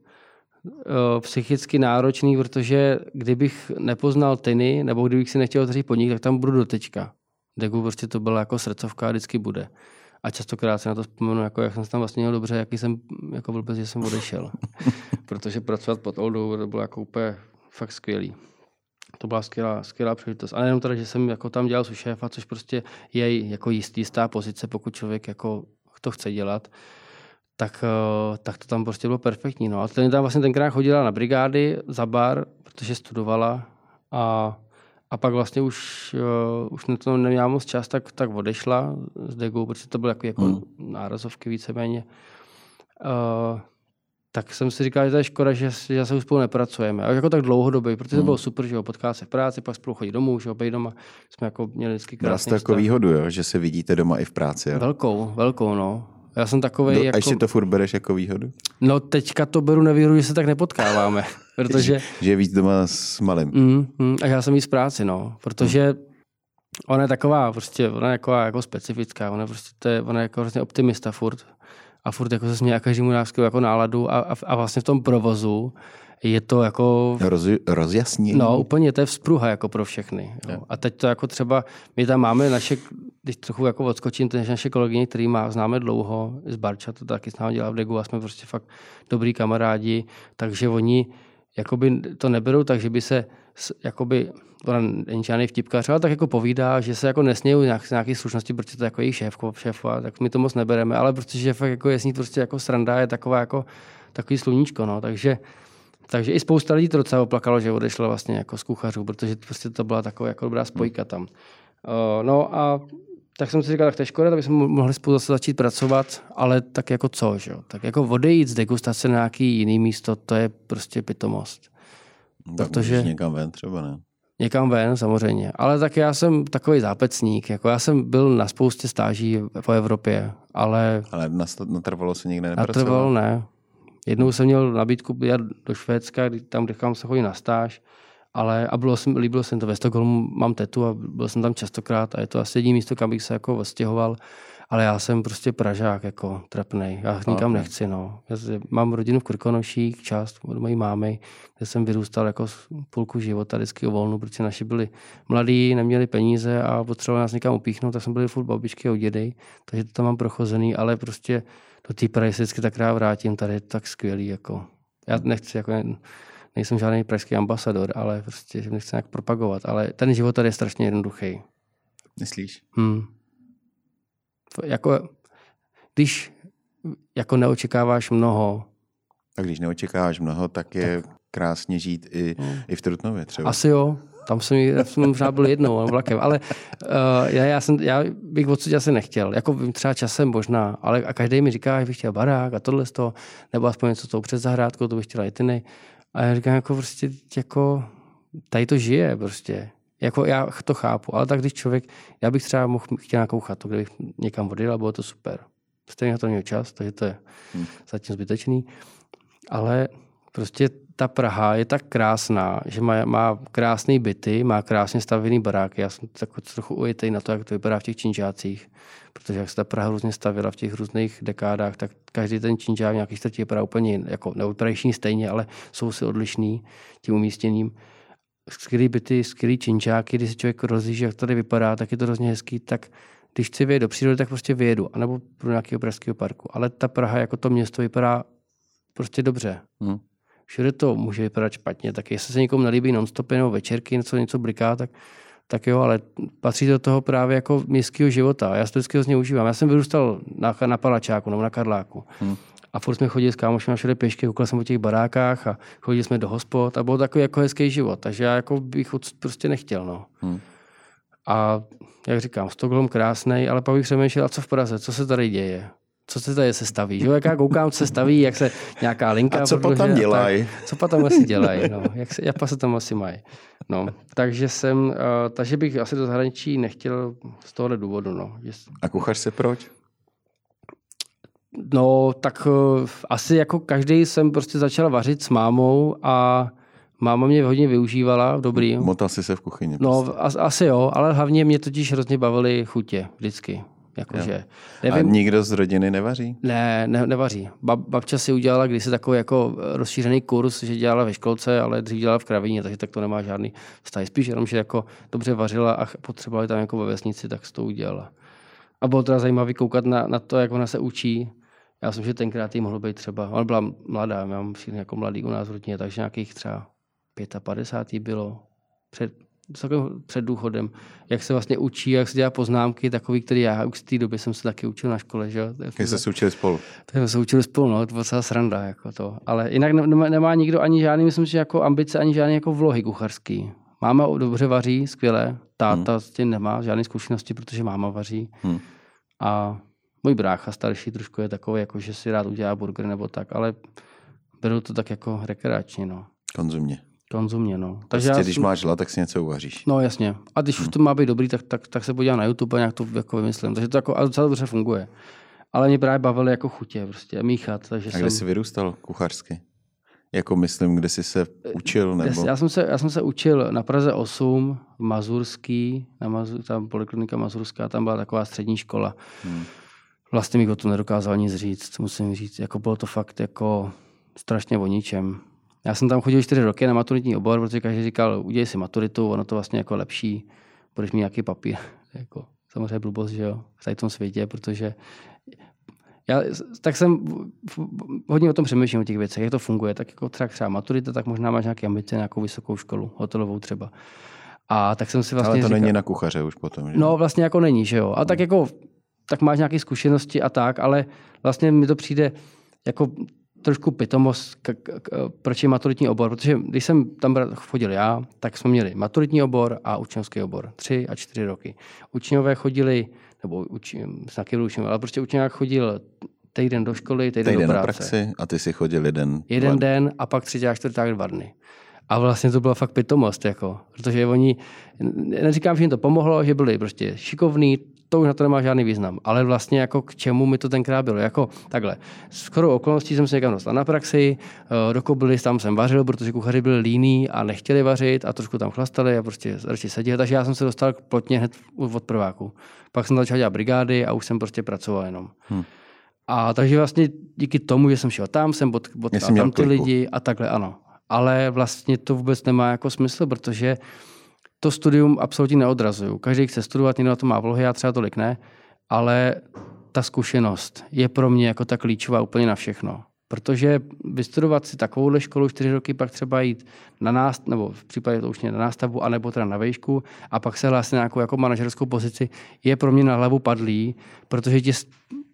psychicky náročný, protože kdybych nepoznal Tiny, nebo kdybych si nechtěl otevřít podnik, tak tam budu do teďka. Degu prostě to byla jako srdcovka a vždycky bude. A častokrát se na to vzpomenu, jako jak jsem se tam vlastně měl dobře, jaký jsem jako blbec, že jsem odešel. Protože pracovat pod Oldou to bylo jako úplně fakt skvělý. To byla skvělá, skvělá příležitost. A nejenom teda, že jsem jako tam dělal šéfa, což prostě je jako jistý, jistá pozice, pokud člověk jako to chce dělat, tak, tak to tam prostě bylo perfektní. No. A ten tam vlastně tenkrát chodila na brigády za bar, protože studovala a, a pak vlastně už, uh, už na to neměla moc čas, tak, tak odešla z Degu, protože to bylo jako, jako hmm. nárazovky víceméně. Uh, tak jsem si říkal, že to je škoda, že, že se už spolu nepracujeme. A jako tak dlouhodobě, protože to bylo super, že ho potká se v práci, pak spolu chodit domů, že ho bejt doma. Jsme jako měli vždycky krásný vztah. Jako výhodu, jo? Že se vidíte doma i v práci. Jo? Velkou, velkou, no. Já jsem takovej Do, jako... A ještě to furt bereš jako výhodu? No teďka to beru nevýhodu, že se tak nepotkáváme. Protože... že je víc doma s malým. Mm, mm, a já jsem víc v práci, no. Protože mm. ona je taková, prostě, ona je taková jako specifická. Ona, prostě, to je, ona je jako vlastně optimista furt. A furt jako se směje každému nějakou jako náladu a, a, a vlastně v tom provozu je to jako... Roz, rozjasní. No úplně, to je vzpruha jako pro všechny. Jo. A teď to jako třeba, my tam máme naše, když trochu jako odskočím, to naše kolegyně, který má, známe dlouho, z Barča, to taky s námi dělá v Degu a jsme prostě fakt dobrý kamarádi, takže oni jakoby to neberou tak, že by se jakoby, ona není žádný vtipkař, ale tak jako povídá, že se jako nesmějí nějak, nějaké slušnosti, protože to je jako jejich šéfko, šéfova, tak my to moc nebereme, ale protože fakt jako je s ní prostě jako sranda, je taková jako takový sluníčko, no, takže takže i spousta lidí to docela oplakalo, že odešla vlastně jako z kuchařů, protože prostě to byla taková jako dobrá spojka tam. Uh, no a tak jsem si říkal, tak to je škoda, tak bychom mohli spolu zase začít pracovat, ale tak jako co, že jo? Tak jako odejít z degustace na nějaký jiný místo, to je prostě pitomost. Tak protože někam ven třeba, ne? Někam ven, samozřejmě. Ale tak já jsem takový zápecník. Jako já jsem byl na spoustě stáží po Evropě, ale... Ale natrvalo se nikde nepracoval? Natrvalo ne. Jednou jsem měl nabídku jít do Švédska, tam, kde se chodí na stáž, ale a bylo jsem, líbilo jsem to. Ve Stockholmu mám tetu a byl jsem tam častokrát a je to asi jediné místo, kam bych se jako odstěhoval. Ale já jsem prostě Pražák, jako trapnej. Já nikam okay. nechci, no. Já mám rodinu v Krkonoších, část od mojí mámy, kde jsem vyrůstal jako půlku života vždycky o volnu, protože naši byli mladí, neměli peníze a potřebovali nás někam upíchnout, tak jsme byli furt babičky a dědy, takže to tam mám prochozený, ale prostě do té Prahy se vždycky tak rád vrátím, tady je to tak skvělý, jako. Já nechci, jako nejsem žádný pražský ambasador, ale prostě nechci nějak propagovat, ale ten život tady je strašně jednoduchý. Myslíš? Hmm. Jako, když jako neočekáváš mnoho. A když neočekáváš mnoho, tak je tak... krásně žít i, no. i v Trutnově třeba. Asi jo. Tam jsem, jsem možná byl jednou vlakem, ale uh, já, já, jsem, já bych odsud asi nechtěl. Jako třeba časem možná, ale a každý mi říká, že bych chtěl barák a tohle z toho, nebo aspoň něco toho před zahrádkou, to bych chtěl i ty. A já říkám, jako prostě, jako tady to žije prostě. Jako já to chápu, ale tak když člověk, já bych třeba mohl, chtěl nějakou chatu, kde bych někam odjel a bylo to super. Stejně na to měl čas, takže to je hmm. zatím zbytečný. Ale prostě ta Praha je tak krásná, že má, má krásné byty, má krásně stavěný baráky. Já jsem tak trochu ujetej na to, jak to vypadá v těch činžácích, protože jak se ta Praha různě stavěla v těch různých dekádách, tak každý ten činžák nějaký čtvrtí vypadá úplně jiný, jako nevypadají stejně, ale jsou si odlišný tím umístěním. Skvělý byty, skvělý činžáky, když se člověk rozlíží, jak tady vypadá, tak je to hrozně hezký, tak když chci vyjet do přírody, tak prostě vyjedu, anebo pro nějakého pražského parku. Ale ta Praha jako to město vypadá prostě dobře. Hmm. Všude to může vypadat špatně, tak jestli se někomu nelíbí non-stopy nebo večerky, něco, něco bliká, tak, tak jo, ale patří do toho právě jako městského života. Já si to vždycky hrozně užívám. Já jsem vyrůstal na, na Palačáku nebo na Karláku. Hmm. A furt jsme chodili s kámošem všude pěšky, koukali jsme po těch barákách a chodili jsme do hospod a byl takový jako hezký život. Takže já jako bych prostě nechtěl. No. Hmm. A jak říkám, Stockholm krásnej, ale pak bych přemýšlel, a co v Praze, co se tady děje? Co se tady se staví? Že? Jak já koukám, co se staví, jak se nějaká linka... A co potom dělají? Co potom asi dělají, no. Jak se, jak se tam asi mají. No. Takže jsem, uh, takže bych asi do zahraničí nechtěl z tohohle důvodu, no. A kuchař se proč? No, tak uh, asi jako každý jsem prostě začal vařit s mámou a máma mě hodně využívala, dobrý. Motal jsi se v kuchyni. No, as, asi jo, ale hlavně mě totiž hrozně bavily chutě, vždycky. Jakože, nevím, a nikdo z rodiny nevaří? Ne, ne nevaří. Bab, babča si udělala kdysi takový jako rozšířený kurz, že dělala ve školce, ale dřív dělala v kravině, takže tak to nemá žádný vztah. Spíš jenom, že jako dobře vařila a potřebovali tam jako ve vesnici, tak to udělala. A bylo teda zajímavé koukat na, na to, jak ona se učí. Já myslím, že tenkrát jí mohlo být třeba, ona byla mladá, já mám všichni jako mladý u nás v rodině, takže nějakých třeba padesát pět bylo před před důchodem, jak se vlastně učí, jak se dělá poznámky, takový, který já už z té doby jsem se taky učil na škole. Že? Jak jste se učili spolu? Tak jsme se učili spolu, no, to byla celá sranda. Jako to. Ale jinak nemá, nemá nikdo ani žádný, myslím, že jako ambice, ani žádný jako vlohy kuchařský. Máma dobře vaří, skvěle, táta hmm. s tím nemá žádné zkušenosti, protože máma vaří. Hmm. A můj brácha starší trošku je takový, jako, že si rád udělá burger nebo tak, ale beru to tak jako rekreačně. No. Konzumně. Konzumně, no. Takže prostě, když jsem... máš žlat, tak si něco uvaříš. No jasně. A když hmm. už to má být dobrý, tak, tak, tak se podívám na YouTube a nějak to jako vymyslím. Takže to jako, a docela dobře funguje. Ale mě právě bavily jako chutě, prostě míchat. Takže a kde jsem... jsi vyrůstal kuchařsky? Jako myslím, kde jsi se učil? Nebo... Já, jsem se, já jsem se učil na Praze osm, v Mazurský, na Mazur, tam poliklinika Mazurská, tam byla taková střední škola. Hmm. Vlastně mi o tom nedokázal nic říct, musím říct. Jako bylo to fakt jako strašně o ničem. Já jsem tam chodil čtyři roky na maturitní obor, protože každý říkal, udělej si maturitu, ono to vlastně jako lepší, budeš mít nějaký papír. Jako, samozřejmě blbost, že jo, v tom světě, protože já, tak jsem hodně o tom přemýšlím o těch věcech, jak to funguje. Tak jako třeba, třeba maturita, tak možná máš nějaké ambice, nějakou vysokou školu, hotelovou třeba. A tak jsem si vlastně ale to říkal, není na kuchaře už potom, že? No vlastně jako není, že jo. A tak jako, tak máš nějaké zkušenosti a tak, ale vlastně mi to přijde jako trošku pitomost, k, k, k, proč je maturitní obor, protože když jsem tam chodil já, tak jsme měli maturitní obor a učňovský obor. Tři a čtyři roky. Učňové chodili, nebo učím, taky učím, ale prostě učňovák chodil týden do školy, týden, týden do práce. Na praxi a ty si chodil jeden. Jeden dva... den a pak třetí a čtvrták dva dny. A vlastně to byla fakt pitomost, jako, protože oni, neříkám, že jim to pomohlo, že byli prostě šikovní, to už na to nemá žádný význam. Ale vlastně jako k čemu mi to tenkrát bylo. Jako takhle. Skoro okolností jsem se někam dostal na praxi, do kobily tam jsem vařil, protože kuchaři byli líní a nechtěli vařit a trošku tam chlastali a prostě radši seděli. Takže já jsem se dostal plotně hned od prváku. Pak jsem začal dělat brigády a už jsem prostě pracoval jenom. Hmm. A takže vlastně díky tomu, že jsem šel tam, jsem potkal tam ty lidi a takhle ano. Ale vlastně to vůbec nemá jako smysl, protože to studium absolutně neodrazuju. Každý chce studovat, někdo na to má vlohy, já třeba tolik ne, ale ta zkušenost je pro mě jako ta klíčová úplně na všechno. Protože vystudovat si takovouhle školu čtyři roky, pak třeba jít na nástavu, nebo v případě to už na nástavu, anebo teda na vejšku a pak se hlásit na nějakou jako manažerskou pozici, je pro mě na hlavu padlý, protože tě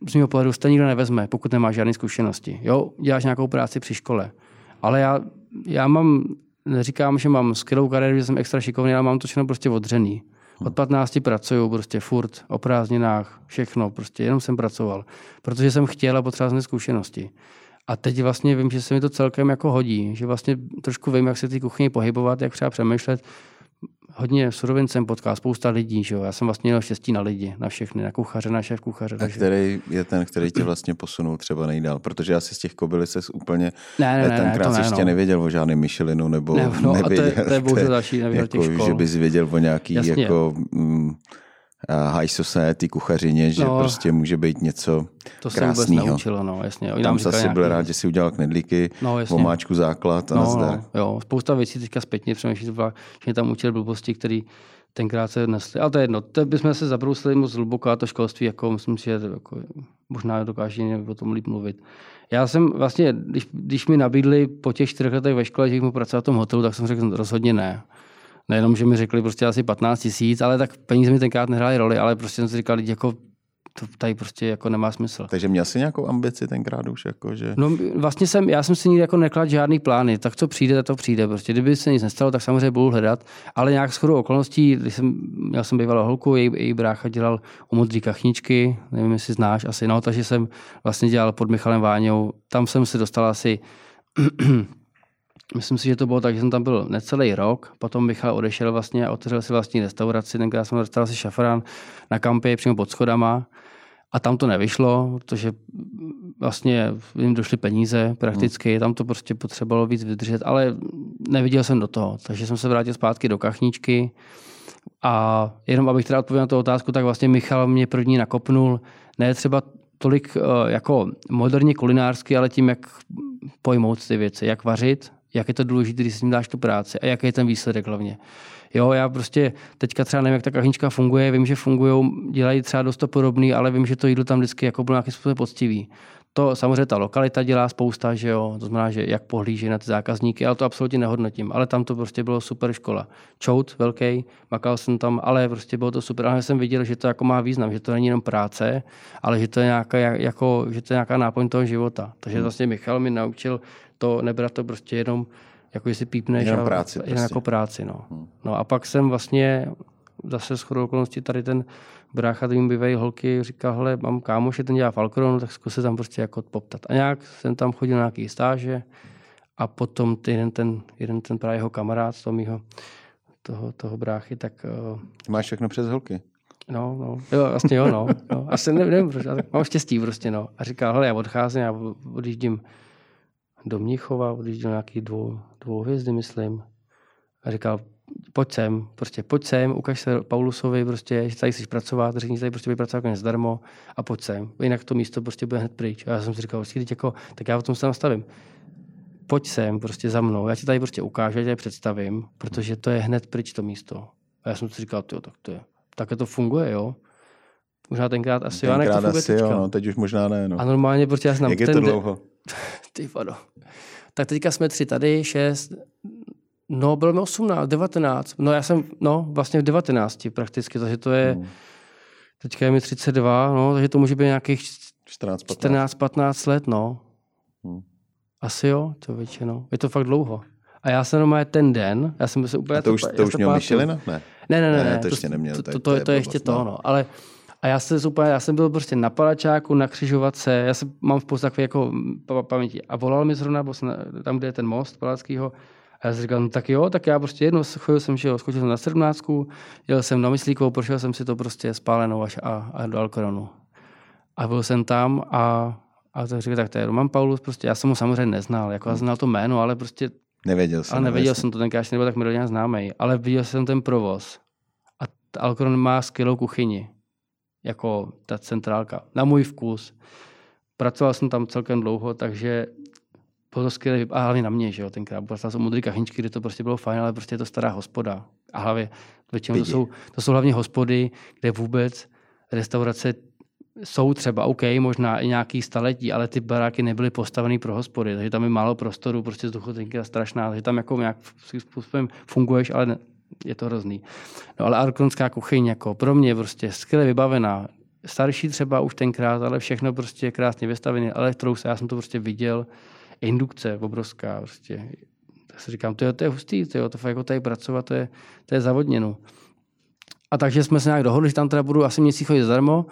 z mého pohledu to nikdo nevezme, pokud nemáš žádné zkušenosti. Jo, děláš nějakou práci při škole. Ale já, já mám, neříkám, že mám skvělou kariéru, že jsem extra šikovný, ale mám to všechno prostě odřený. Od patnácti pracuju prostě furt, o prázdninách, všechno, prostě jenom jsem pracoval. Protože jsem chtěl a potřeboval jsem zkušenosti. A teď vlastně vím, že se mi to celkem jako hodí, že vlastně trošku vím, jak se ty kuchyni pohybovat, jak třeba přemýšlet. Hodně surovin jsem potkal, spousta lidí, že jo. Já jsem vlastně měl štěstí na lidi, na všechny, na kuchaře, na šéf kuchaře. A takže... který je ten, který tě vlastně posunul třeba nejdál? Protože asi z těch kobyly ses úplně ne, ne, ne, tenkrát ne, ještě no. nevěděl o žádném Michelinu, nebo ne, no, nevěděl, a to je, to je bohužel další nevěděl jako, těch škol. že bys věděl o nějaký Jasně. jako mm, high society kuchařině, že no, prostě může být něco to krásného. To se vůbec naučilo, no, jasně. Oni Tam jsi asi nějaký... byl rád, že jsi udělal knedlíky, no, omáčku základ a no, nazdar. No, jo, spousta věcí teďka zpětně přemýšlím, že mě tam učili blbosti, které tenkrát se nesli. Ale to je jedno, to bychom se zabrousili moc hluboko a to školství, jako myslím si, že jako, možná dokáže o tom líp mluvit. Já jsem vlastně, když, když mi nabídli po těch čtyřech letech ve škole, že mu pracovat v tom hotelu, tak jsem řekl rozhodně ne. Nejenom, že mi řekli prostě asi patnáct tisíc, ale tak peníze mi tenkrát nehrály roli, ale prostě jsem si říkal, jako to tady prostě jako nemá smysl. Takže měl jsi nějakou ambici tenkrát už? Jako, že... No vlastně jsem, já jsem si nikdy jako nekladl žádný plány, tak co přijde, to přijde. Prostě kdyby se nic nestalo, tak samozřejmě budu hledat, ale nějak shodou okolností, když jsem, měl jsem bývalou holku, její, její brácha dělal u Modrý kachničky, nevím, jestli znáš, asi no, takže jsem vlastně dělal pod Michalem Váňou, tam jsem se dostal asi myslím si, že to bylo tak, že jsem tam byl necelý rok, potom Michal odešel vlastně a otevřel si vlastní restauraci, tenkrát jsem dostal si šafrán na kampě přímo pod schodama a tam to nevyšlo, protože vlastně jim došly peníze prakticky, tam to prostě potřebovalo víc vydržet, ale neviděl jsem do toho, takže jsem se vrátil zpátky do kachničky a jenom abych teda odpověděl na tu otázku, tak vlastně Michal mě první nakopnul, ne třeba tolik jako moderně kulinářsky, ale tím, jak pojmout ty věci, jak vařit, jak je to důležité, když si s tím dáš tu práci a jaký je ten výsledek hlavně. Jo, já prostě teďka třeba nevím, jak ta kachnička funguje, vím, že fungují, dělají třeba dost to podobný, ale vím, že to jídlo tam vždycky jako bylo nějakým způsobem poctivý. To samozřejmě ta lokalita dělá spousta, že jo, to znamená, že jak pohlíží na ty zákazníky, ale to absolutně nehodnotím, ale tam to prostě bylo super škola. Čout velký, makal jsem tam, ale prostě bylo to super, ale jsem viděl, že to jako má význam, že to není jenom práce, ale že to je nějaká, jako, že to je nějaká náplň toho života. Takže vlastně Michal mi naučil to nebrat to prostě jenom jako jestli pípneš jenom a práci, jenom prostě. jako práci, no. No a pak jsem vlastně zase shodou okolností tady ten brácha tým bývají holky, říkal, hele, mám kámoše, ten dělá v Alkronu, tak zkus se tam prostě jako poptat. A nějak jsem tam chodil na nějaký stáže a potom jeden ten, jeden ten právě jeho kamarád toho mýho, toho, toho bráchy, tak... Ty máš všechno přes holky. No, no, jo, vlastně jo, no. no. Asi nevím, nevím proč, ale mám štěstí prostě, no. A říkal, hele, já odcházím, já odjíždím do Mnichova, odjíždím nějaký dvou, dvou hvězdy, myslím. A říkal, pojď sem, prostě pojď sem, ukaž se Paulusovi, prostě, že tady chceš pracovat, řekni, že tady prostě bude pracovat konec zdarmo a pojď sem. Jinak to místo prostě bude hned pryč. A já jsem si říkal, jako, tak já o tom se nastavím. Pojď sem prostě za mnou, já ti tady prostě ukážu, já tě představím, protože to je hned pryč to místo. A já jsem si říkal, tyjo, tak to je, také to funguje, jo. Možná tenkrát asi, tenkrát jo, to funguje asi, jo, no, teď už možná ne, no. A normálně, protože já jsem jak je to dlouho? Ty vado. Tak teďka jsme tři tady, šest, no bylo mi osmnáct, devatenáct, no já jsem, no vlastně v devatenácti prakticky, takže to je, hmm. teďka je mi třicet dva, no, takže to může být nějakých čtrnáct patnáct let, no. Hmm. Asi jo, to většinou, je to fakt dlouho. A já jsem normálně ten den, já jsem se úplně... A to už, to, to už měl Michelina? Ne. Ne, ne, ne, ne, ne to, to ještě neměl. To, to, to, to, to, je, to je ještě to, no, ale... A já jsem, úplně, já jsem byl prostě na palačáku, na křižovatce, já jsem, mám spoustu takových jako paměti. A volal mi zrovna, tam, kde je ten most Palackýho. A já jsem říkal, no tak jo, tak já prostě jednou chodil jsem, že jo, skočil jsem na sedmnáctku, jel jsem na Myslíkovou, prošel jsem si to prostě spálenou až a, a do Alkronu. A byl jsem tam a, a tak říkal, tak to je Roman Paulus, prostě já jsem ho samozřejmě neznal, jako já znal to jméno, ale prostě... Nevěděl jsem. Ale nevěděl jsem to, tenkrát ještě nebyl tak milion známej, ale viděl jsem ten provoz. A Alkron má skvělou kuchyni. Jako ta centrálka. Na můj vkus. Pracoval jsem tam celkem dlouho, takže bylo to skvělé. A hlavně na mě, že jo, tenkrát. Pracoval jsem u Modrý kachničky, kde to prostě bylo fajn, ale prostě je to stará hospoda. A hlavně většinou to jsou, to jsou hlavně hospody, kde vůbec restaurace jsou třeba, OK, možná i nějaký staletí, ale ty baráky nebyly postavený pro hospody, takže tam je málo prostoru, prostě vzduchotechnика strašná, takže tam jako nějak způsobem funguješ, ale ne, je to hrozný. No ale alkronská kuchyň jako pro mě prostě skvěle vybavená. starší třeba už tenkrát, ale všechno prostě krásně vystavené, elektrous, já jsem to prostě viděl, indukce obrovská prostě. Tak si říkám, to je, to je hustý, to je to fakt jako tady pracovat, to je, to je zavodněno. A takže jsme se nějak dohodli, že tam teda budu asi měsíc chodit zadarmo.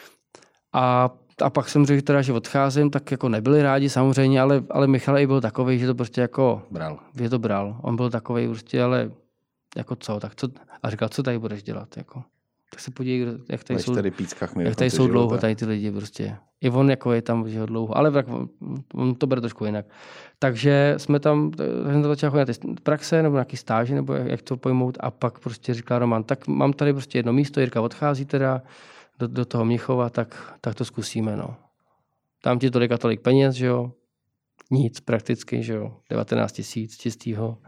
A, a pak jsem řekl teda, že odcházím, tak jako nebyli rádi samozřejmě, ale, ale Michal i byl takovej, že to prostě jako... Bral. Že to bral. On byl takovej prostě, ale jako co, tak co? A říkal, co tady budeš dělat, jako. Tak se podívej, jak tady jsou, tady píckách jak tady jsou dlouho tady ty lidi prostě. I on jako je tam že dlouho, ale tak on, on to bere trošku jinak. Takže jsme tam, jsem to začal chodit na praxe nebo nějaký stáže, nebo jak, jak to pojmout a pak prostě říkal Roman, tak mám tady prostě jedno místo, Jirka odchází teda do, do toho Mnichova, tak, tak to zkusíme, no. Tam ti tolik a tolik peněz, že jo. Nic prakticky, že jo. devatenáct tisíc čistýho.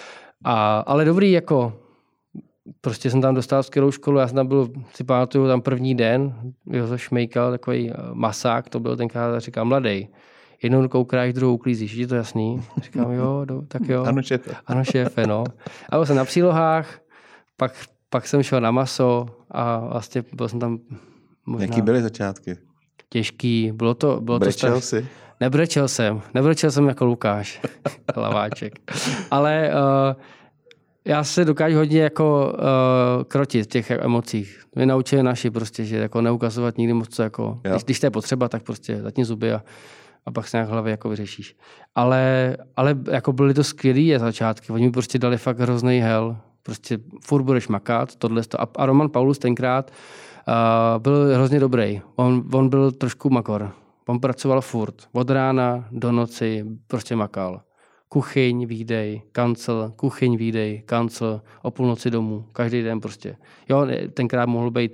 A, ale dobrý jako prostě jsem tam dostal skvělou školu, já jsem tam byl, si pamatuju, tam první den, Josef Šmejkal, takový masák, to byl tenkrát, říkám, mladej, jednou rukou krájíš, druhou uklízíš, je to jasný? Říkám, jo, do, tak jo. Ano, šéfe. Ano, šéfe, no. A byl jsem na přílohách, pak, pak jsem šel na maso a vlastně byl jsem tam možná... Jaký byly začátky? Těžký, bylo to... Bylo Brečel to jsi? Nebrečel jsem, nebrečel jsem jako Lukáš, Hlaváček. Ale... Uh, já se dokážu hodně jako uh, krotit v těch emocích. Mě naučili naši prostě, že jako neukazovat nikdy moc co jako, když, když to je potřeba, tak prostě zatím zuby a, a pak se nějak hlavě jako vyřešíš. Ale, ale jako byly to skvělý začátky, oni mi prostě dali fakt hrozný hel. Prostě furt budeš makat, tohle a, a Roman Paulus tenkrát uh, byl hrozně dobrý. On, on byl trošku makor. On pracoval furt. Od rána do noci prostě makal. Kuchyň, výdej, kancel, kuchyň, výdej, kancel, o půlnoci domů, každý den prostě. Jo, tenkrát mohl být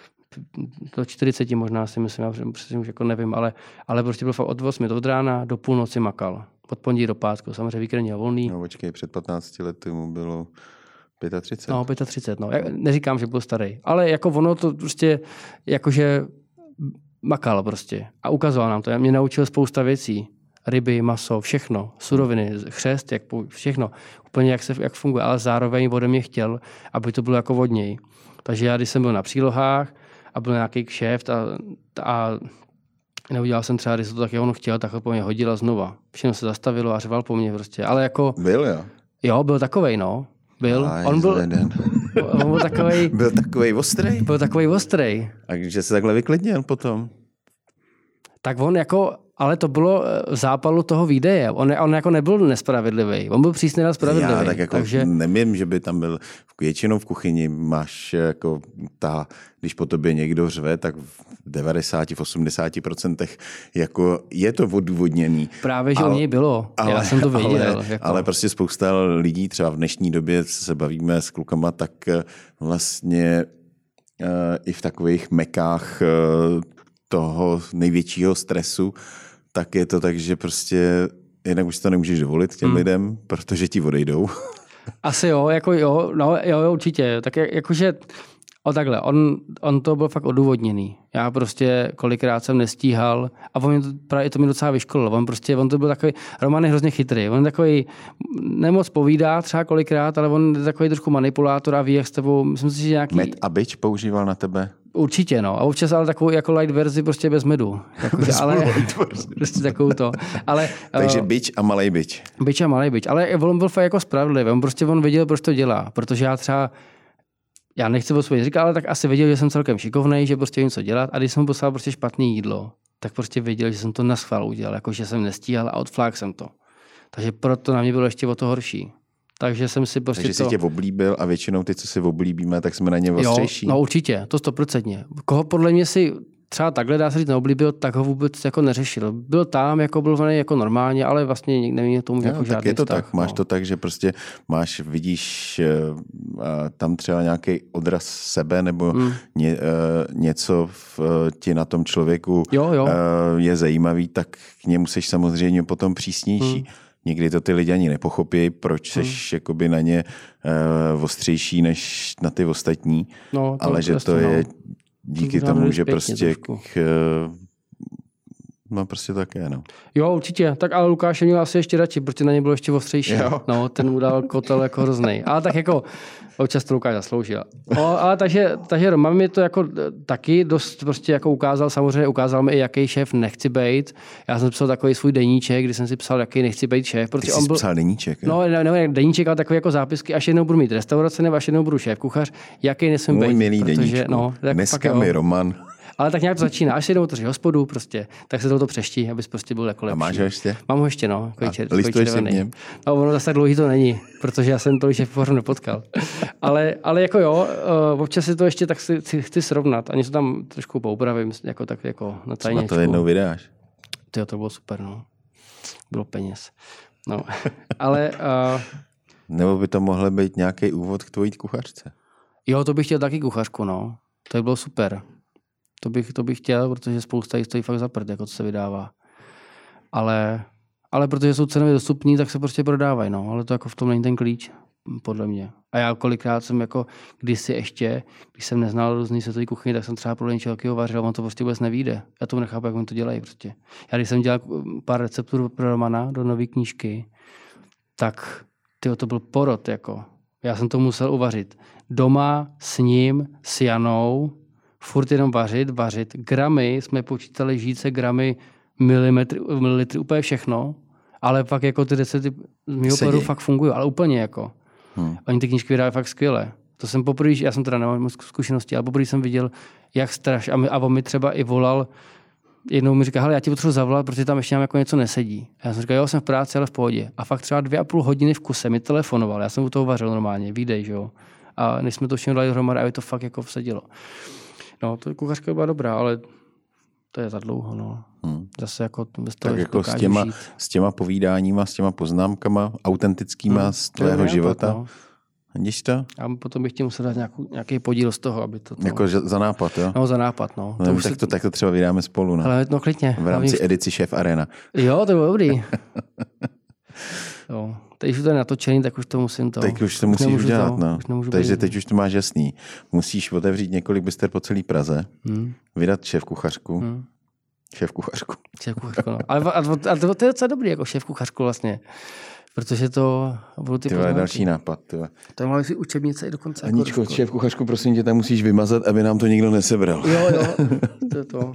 do čtyřicet možná si myslím, já přesně už jako nevím, ale, ale prostě byl fakt od osmi od rána do půlnoci makal. Od pondělí do pátku, samozřejmě víkend měl volný. No počkej, před patnácti lety mu bylo třicet pět. No, třicet pět, no. Já neříkám, že byl starý, ale jako ono to prostě, jakože makal prostě a ukazoval nám to. Mě naučil spousta věcí. Ryby, maso, všechno, suroviny, chřest, jak, všechno, úplně jak, se, jak funguje, ale zároveň ode mě chtěl, aby to bylo jako od něj. Takže já, když jsem byl na přílohách a byl nějaký kšeft a, a neudělal jsem třeba, když to tak on chtěl, tak ho po mě hodil a znova. Všechno se zastavilo a řval po mně prostě, ale jako... Byl, jo? Jo, byl takovej, no. Byl. Aj, on byl, on byl takovej... Byl takovej ostrej? Byl takovej ostrej. A že se takhle vyklidnil potom? Tak on jako... Ale to bylo v zápalu toho výdeje. On, on jako nebyl nespravedlivý. On byl přísně nespravedlivý. Já tak jako takže... nevím, že by tam byl většinou v kuchyni máš jako ta, když po tobě někdo řve, tak v devadesát, v osmdesáti procentech jako je to odůvodněný. Právě, že ale, u něj bylo. Ale, Já jsem to věděl. Ale, jako. ale prostě spousta lidí, třeba v dnešní době se bavíme s klukama, tak vlastně uh, i v takových mekách uh, toho největšího stresu, tak je to tak, že prostě jednak už to nemůžeš dovolit těm hmm. lidem, protože ti odejdou. Asi jo, jako jo, no jo, jo určitě. Tak jakože, o takhle, on, on to byl fakt odůvodněný. Já prostě kolikrát jsem nestíhal a on mě to, právě to mi docela vyškolil. On prostě, on to byl takový, Roman je hrozně chytrý. On je takový, nemoc povídá třeba kolikrát, ale on je takový trošku manipulátor a ví, jak s tebou, myslím si, že nějaký... Med a bič používal na tebe? Určitě, no. A občas ale takovou jako light verzi prostě bez medu. Jako, bez ale prostě takovou to. Ale, takže uh, bič a malej bič. Bič a malej bič. Ale on byl fakt jako spravedlivý. On prostě on věděl, proč to dělá. Protože já třeba, já nechci o svůj říkat, ale tak asi věděl, že jsem celkem šikovnej, že prostě vím, co dělat. A když jsem mu poslal prostě špatné jídlo, tak prostě věděl, že jsem to na schvál udělal. Jako, že jsem nestíhal a odflák jsem to. Takže proto na mě bylo ještě o to horší. Takže jsem si prostě Takže to... jsi tě oblíbil a většinou ty, co si oblíbíme, tak jsme na ně ostřejší. Jo, no určitě, to stoprocentně. Koho podle mě si třeba takhle dá se říct neoblíbil, tak ho vůbec jako neřešil. Byl tam, jako byl jako normálně, ale vlastně neměl tomu jo, jako žádný tak je to vztah, tak, no. Máš to tak, že prostě máš, vidíš uh, tam třeba nějaký odraz sebe nebo hmm. ně, uh, něco v, uh, ti na tom člověku jo, jo. Uh, je zajímavý, tak k němu seš samozřejmě potom přísnější. Hmm. Někdy to ty lidi ani nepochopí, proč seš hmm. jakoby na ně uh, ostřejší než na ty ostatní, no, to ale že to je díky tomu, že prostě k, no prostě také, no. Jo, určitě. Tak ale Lukáše měl asi ještě radši, protože na ně bylo ještě ostřejší. Jo. No, ten mu dal kotel jako hroznej. Ale tak jako občas to Lukáš zasloužil. No, ale takže, takže Roman mi to jako taky dost prostě jako ukázal, samozřejmě ukázal mi i jaký šéf nechci být. Já jsem psal takový svůj deníček, kdy jsem si psal, jaký nechci být šéf. Ty jsi byl... psal deníček? Je? No, ne, ne, deníček, ale takový jako zápisky, až jednou budu mít restaurace, nebo až jednou budu šéf kuchař, jaký nesmím být. Můj milý protože, deníčku, no, dneska mi Roman. Ale tak nějak to začíná. Až si jednou otevřeš hospodu, prostě, tak se to přeští, abys prostě byl jako lepší. A máš ho ještě? Mám ho ještě, no. A listuješ si v něm? No, ono zase tak dlouhý to není, protože já jsem tolik šéfkuchařů nepotkal. ale, ale jako jo, uh, občas si to ještě tak si, si chci srovnat. A něco tam trošku poupravím, jako tak jako na tajněčku. Co to jednou vydáš? Tyjo, to bylo super, no. Bylo peněz. No, ale... Uh, Nebo by to mohl být nějaký úvod k tvojí kuchařce? Jo, to bych chtěl taky kuchařku, no. To by bylo super. To bych, to bych chtěl, protože spousta jich stojí fakt za prd, jako co se vydává. Ale, ale protože jsou cenově dostupní, tak se prostě prodávají, no. Ale to jako v tom není ten klíč, podle mě. A já kolikrát jsem jako kdysi ještě, když jsem neznal různý světový kuchyně, tak jsem třeba pro něčeho velkého vařil, on to prostě vůbec nevíde. Já to nechápu, jak oni to dělají prostě. Já když jsem dělal pár receptur pro Romana do nové knížky, tak tyjo, to byl porod, jako. Já jsem to musel uvařit. Doma s ním, s Janou, furt jenom vařit, vařit. Gramy, jsme počítali žíce, gramy, milimetry, mililitry, úplně všechno. Ale pak jako ty recepty z mého pohledu fakt fungují, ale úplně jako. Hmm. Oni ty knížky vydávají fakt skvěle. To jsem poprvé, já jsem teda nemám zkušenosti, ale poprvé jsem viděl, jak straš. A, my, a on mi třeba i volal, jednou mi říká, hele, já ti potřebuji zavolat, protože tam ještě nám jako něco nesedí. A já jsem říkal, jo, jsem v práci, ale v pohodě. A fakt třeba dvě a půl hodiny v kuse mi telefonoval. Já jsem u toho vařil normálně, výdej, že jo. A než jsme to všechno dali dohromady, aby to fakt jako vsadilo. No, to kuchařka byla dobrá, ale to je za dlouho, no. Hmm. Zase jako bez toho, tak jako s těma, s těma povídáníma, s těma poznámkama, autentickýma hmm. z tvého to života. No. Vidíš to? A potom bych ti musel dát nějakou, nějaký podíl z toho, aby to... to... Jako za nápad, jo? No, za nápad, no. no to tak, se... to, tak to třeba vydáme spolu, ne? Ale no, klidně. V rámci edici Šéf Arena. Jo, to bylo dobrý. Jo. Teď už to je natočený, tak už to musím to... Teď už to musíš už dělat, to, no. Už Takže být. teď už to máš jasný. Musíš otevřít několik byster po celé Praze, hmm. vydat šéf kuchařku. Hmm. Šéf kuchařku. Šéf kuchařku, no. Ale, ale, ale to, to je docela dobrý, jako šéf kuchařku vlastně. Protože to... Budou ty tyhle, další nápad. Tyhle. To máme si učebnice i dokonce. Aničko, jako šéf kuchařku, prosím tě, tam musíš vymazat, aby nám to nikdo nesebral. Jo, jo. To je to.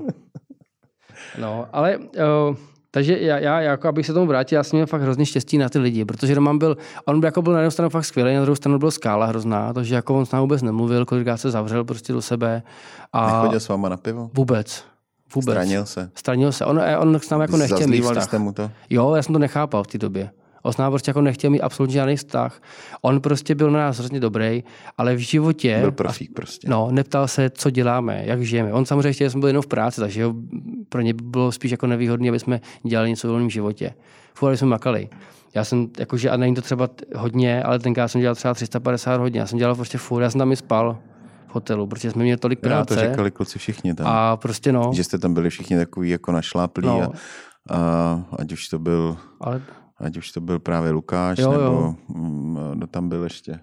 No, ale... Uh, takže já, já jako abych se tomu vrátil, já jsem měl fakt hrozně štěstí na ty lidi, protože Roman byl, on byl, jako byl na jednu stranu fakt skvělý, na druhou stranu byl skála hrozná, takže jako on s námi vůbec nemluvil, kolikrát se zavřel prostě do sebe. A nechodil s váma na pivo? Vůbec. Vůbec. Stranil se? Stranil se. On, on s námi jako nechtěl mít vztah. Jste mu to? Jo, já jsem to nechápal v té době. On s námi prostě jako nechtěl mít absolutně žádný vztah. On prostě byl na nás hrozně dobrý, ale v životě... Byl profík prostě. No, neptal se, co děláme, jak žijeme. On samozřejmě chtěl, že jsme byli jenom v práci, takže jo, pro ně bylo spíš jako nevýhodné, aby jsme dělali něco v volném životě. Furt jsme makali. Já jsem, jakože, a není to třeba hodně, ale tenkrát jsem dělal třeba tři sta padesát hodin. Já jsem dělal prostě furt, já jsem tam i spal v hotelu, protože jsme měli tolik práce. No, to říkali kluci všichni tam. A prostě no. Že jste tam byli všichni takový jako našláplí no. a, a ať už to byl... Ale... Ať už to byl právě Lukáš, jo, nebo jo. Kdo tam byl ještě?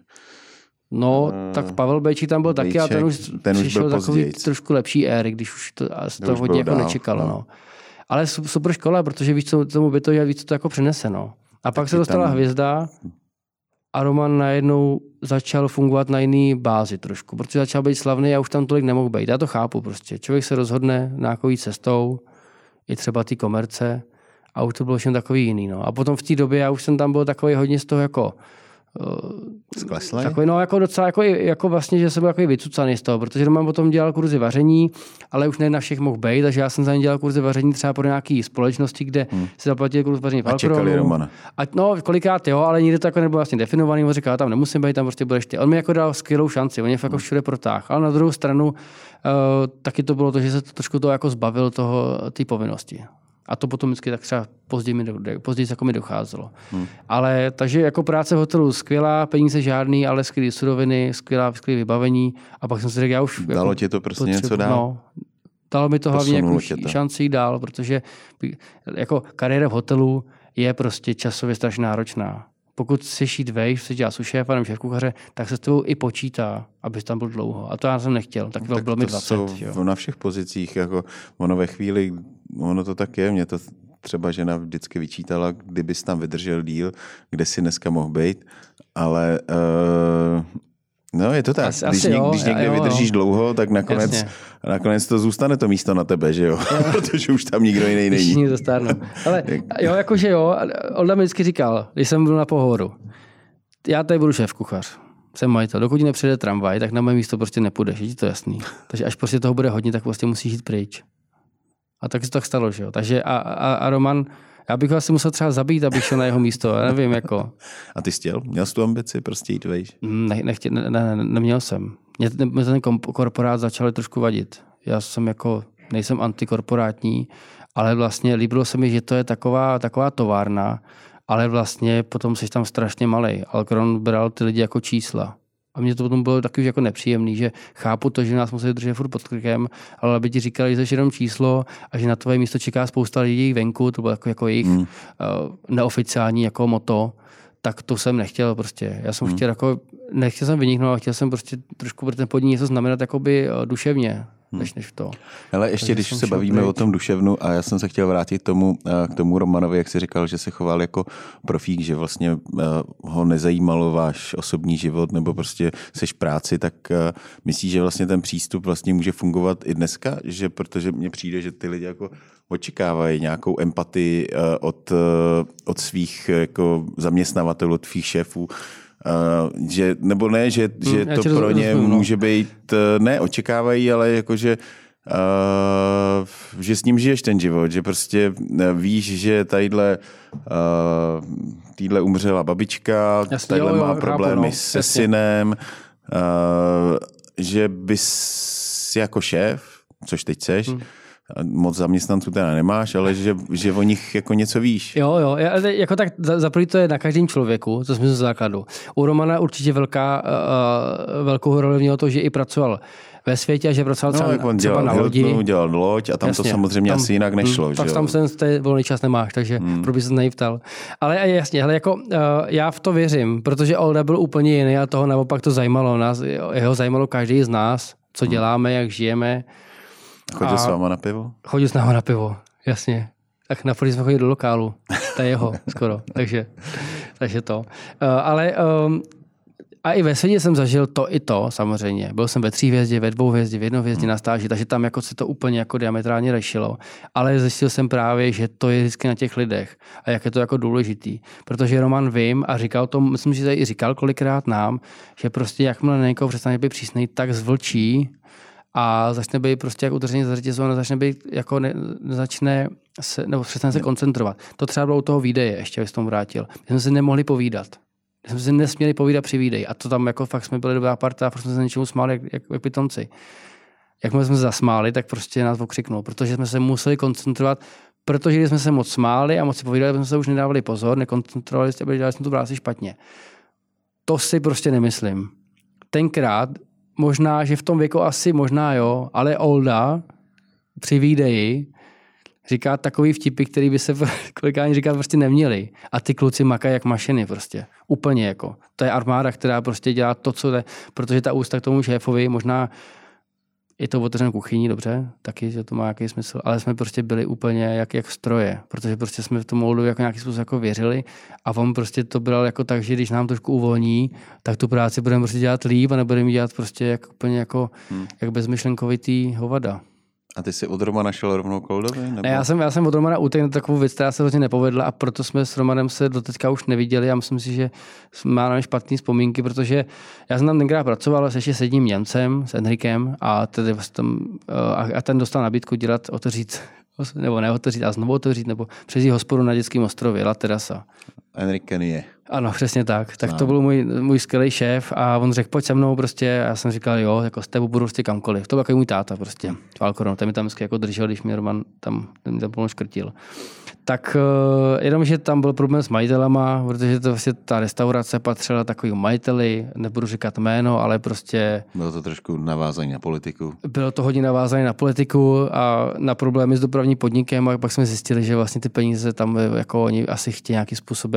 No, uh, tak Pavel Bejčík tam byl Bejček, taky a ten už ten přišel už byl takový později. Trošku lepší éry, když už to, to, to hodně jako dál, nečekalo. No. No. Ale super škola, protože víš, co tomu by to, víc to jako přinese. No. A pak tak se dostala tam... hvězda a Roman najednou začal fungovat na jiný bázi trošku, protože začal být slavný a už tam tolik nemohl být. Já to chápu prostě. Člověk se rozhodne nějakou cestou, i třeba ty komerce, a už to bylo všechno takový jiný. No. A potom v té době já už jsem tam byl takový hodně z toho jako... Skleslej? Takový, no jako docela, jako, jako vlastně, že jsem byl takový vycucaný z toho, protože Roman potom dělal kurzy vaření, ale už ne na všech mohl být, takže já jsem za ně dělal kurzy vaření třeba pro nějaký společnosti, kde hmm. si zaplatil kurz vaření v Alkronu. A čekali Romana. A no, kolikrát jo, ale nikdy to jako nebylo vlastně definovaný, on říkal, tam nemusím být, tam prostě budeš ty. On mi jako dal skvělou šanci, on mě fakt hmm. všude protáhl. Ale na druhou stranu uh, taky to bylo to, že se to trošku to jako zbavil toho, té povinnosti. A to potom vždycky tak třeba později mi, později jako mi docházelo. Hmm. Ale takže jako práce v hotelu skvělá, peníze žádný, ale skvělé suroviny, skvělá, skvělé vybavení. A pak jsem si řekl, já už... Dalo jako tě to prostě potřebu, něco dál? No, dalo mi to hlavně jako šanci jít dál, protože jako kariéra v hotelu je prostě časově strašně náročná. Pokud chceš jít vejš, chceš dělat šéfa nebo šéf kuchaře, tak se s tebou i počítá, abys tam byl dlouho. A to já jsem nechtěl. Tak, no, tak bylo mi dvacet. Jsou jo. na všech pozicích. Jako ono ve chvíli, ono to tak je, mě to třeba žena vždycky vyčítala, kdybys tam vydržel díl, kde si dneska mohl být, ale uh, no je to tak. Asi, když, asi něk, jo, když někde jo, vydržíš jo. dlouho, tak nakonec, nakonec to zůstane to místo na tebe, že jo? Protože už tam nikdo jiný není. Všichni dostárnou. Ale jo, jakože jo, Olda mi vždycky říkal, když jsem byl na pohovoru, já tady budu šéf kuchař, jsem majitel, dokud nepřijde tramvaj, tak na mé místo prostě nepůjdeš, je to jasný. Takže až prostě toho bude hodně, tak prostě musíš jít pryč. A tak se to tak stalo, že jo. Takže a, a, a Roman, já bych ho asi musel třeba zabít, abych šel na jeho místo, já nevím, jako. A ty jsi chtěl? Měl jsi tu ambici prostě jít vejš? Ne, nechtě, ne, ne, ne, neměl jsem. Mě ten korporát začal trošku vadit. Já jsem jako, nejsem antikorporátní, ale vlastně líbilo se mi, že to je taková, taková továrna, ale vlastně potom jsi tam strašně malej. Alcron bral ty lidi jako čísla. A mně to potom bylo taky už jako nepříjemný, že chápu to, že nás musí držet furt pod krkem, ale aby ti říkali, že jsi jenom číslo a že na tvoje místo čeká spousta lidí venku, to bylo jako, jako jejich mm. uh, neoficiální jako moto, tak to jsem nechtěl prostě. Já jsem mm. chtěl jako, nechtěl jsem vyniknout, ale chtěl jsem prostě trošku pro ten podnik něco znamenat jakoby uh, duševně. Hmm. Než, než to. Ale ještě, takže když se bavíme o tom duševnu a já jsem se chtěl vrátit tomu, k tomu Romanovi, jak jsi říkal, že se choval jako profík, že vlastně ho nezajímalo váš osobní život nebo prostě seš práci, tak myslíš, že vlastně ten přístup vlastně může fungovat i dneska? Že, protože mně přijde, že ty lidi jako očekávají nějakou empatii od, od svých jako zaměstnavatelů, od svých šéfů, Uh, že, nebo ne, že, hmm, že to pro ně rozumím, může být, ne očekávají, ale jakože uh, že s ním žiješ ten život, že prostě víš, že tadyhle uh, týhle umřela babička, jasně, tadyhle jo, má jo, problémy chápu, no, se jasně. synem, uh, že bys jako šéf, což teď seš, hmm. moc zaměstnanců teda nemáš, ale že, že o nich jako něco víš. Jo, jo, jako tak za první to je na každém člověku, to jsme z základu. U Romana určitě velká, uh, velkou roli mělo to, že i pracoval ve světě a že pracoval třeba, no, třeba dělal na lodi. Hiltonu, dělal loď a tam jasně, to samozřejmě tam, asi jinak nešlo. Hmm, tak že tam jo? ten, ten volný čas nemáš, takže hmm. proč by se nejptal. Ale jasně, hele, jako, uh, já v to věřím, protože Olda byl úplně jiný a toho naopak to zajímalo nás, jeho zajímalo každý z nás, co hmm. děláme, jak žijeme. Chodil a s váma na pivo? Chodil s náma na pivo, jasně. Tak na jsme chodili do lokálu, to je jeho skoro, takže, takže to. Uh, ale um, a i ve světě jsem zažil to i to, samozřejmě. Byl jsem ve tří hvězdě, ve dvou hvězdě, v jednou hvězdě hmm. na stáži, takže tam jako se to úplně jako diametrálně rešilo. Ale zjistil jsem právě, že to je vždycky na těch lidech a jak je to jako důležitý. Protože Roman vím a říkal to, myslím, že tady i říkal kolikrát nám, že prostě jakmile na někoho přestane být přísnej, tak zvlčí a začne být prostě jak utržený za řetězou, začne být jako ne, začne se, nebo přestane se koncentrovat. To třeba bylo u toho výdeje, ještě abych se tomu vrátil. My jsme si nemohli povídat. My jsme si nesměli povídat při výdeji. A to tam jako fakt jsme byli dobrá parta a prostě jsme se něčemu smáli jak, jak, jak pitomci. Jakmile jsme se zasmáli, tak prostě nás okřiknul, protože jsme se museli koncentrovat, protože když jsme se moc smáli a moc si povídali, jsme se už nedávali pozor, nekoncentrovali jsme, dělali jsme tu práci špatně. To si prostě nemyslím. Tenkrát možná, že v tom věku asi možná jo, ale Olda při výdeji říká takový vtipy, který by se kolikrát říkat prostě neměli. A ty kluci makají jak mašiny prostě. Úplně jako. To je armáda, která prostě dělá to, co jde. Protože ta ústa k tomu šéfovi, možná je to otevřené kuchyní, dobře, taky, že to má nějaký smysl, ale jsme prostě byli úplně jak, jak stroje, protože prostě jsme v tom Oldu jako nějaký způsob jako věřili a on prostě to bral jako tak, že když nám trošku uvolní, tak tu práci budeme prostě dělat líp a nebudeme dělat prostě jak, úplně jako hmm. jak bezmyšlenkovitý hovada. A ty jsi od Romana šel rovnou k Oldovi? Nebo... Ne, já jsem, já jsem od Romana utekl na takovou věc, která se hodně nepovedla a proto jsme s Romanem se doteďka už neviděli a myslím si, že máme špatné vzpomínky, protože já jsem tam tenkrát pracoval s ještě s jedním Němcem, s Enrikem a, tedy tam, a ten dostal nabídku dělat, otevřít, nebo neotevřít a znovu otevřít, nebo přezít hospodu na dětském ostrově, La Terasa. Enrique Kenie. Ano, přesně tak. Tak to byl můj, můj skvělý šéf a on řekl, pojď se mnou prostě a já jsem říkal, jo, jako s tebou budu prostě kamkoliv. To byl jako můj táta prostě. Alcron, ten mi tam jako držel, když mě Roman tam, tam, tam plnou škrtil. Tak uh, jenom, že tam byl problém s majitelama, protože to vlastně ta restaurace patřila takový majiteli, nebudu říkat jméno, ale prostě... Bylo to trošku navázané na politiku. Bylo to hodně navázané na politiku a na problémy s dopravním podnikem a pak jsme zjistili, že vlastně ty peníze tam jako oni asi chtějí nějakým způsobem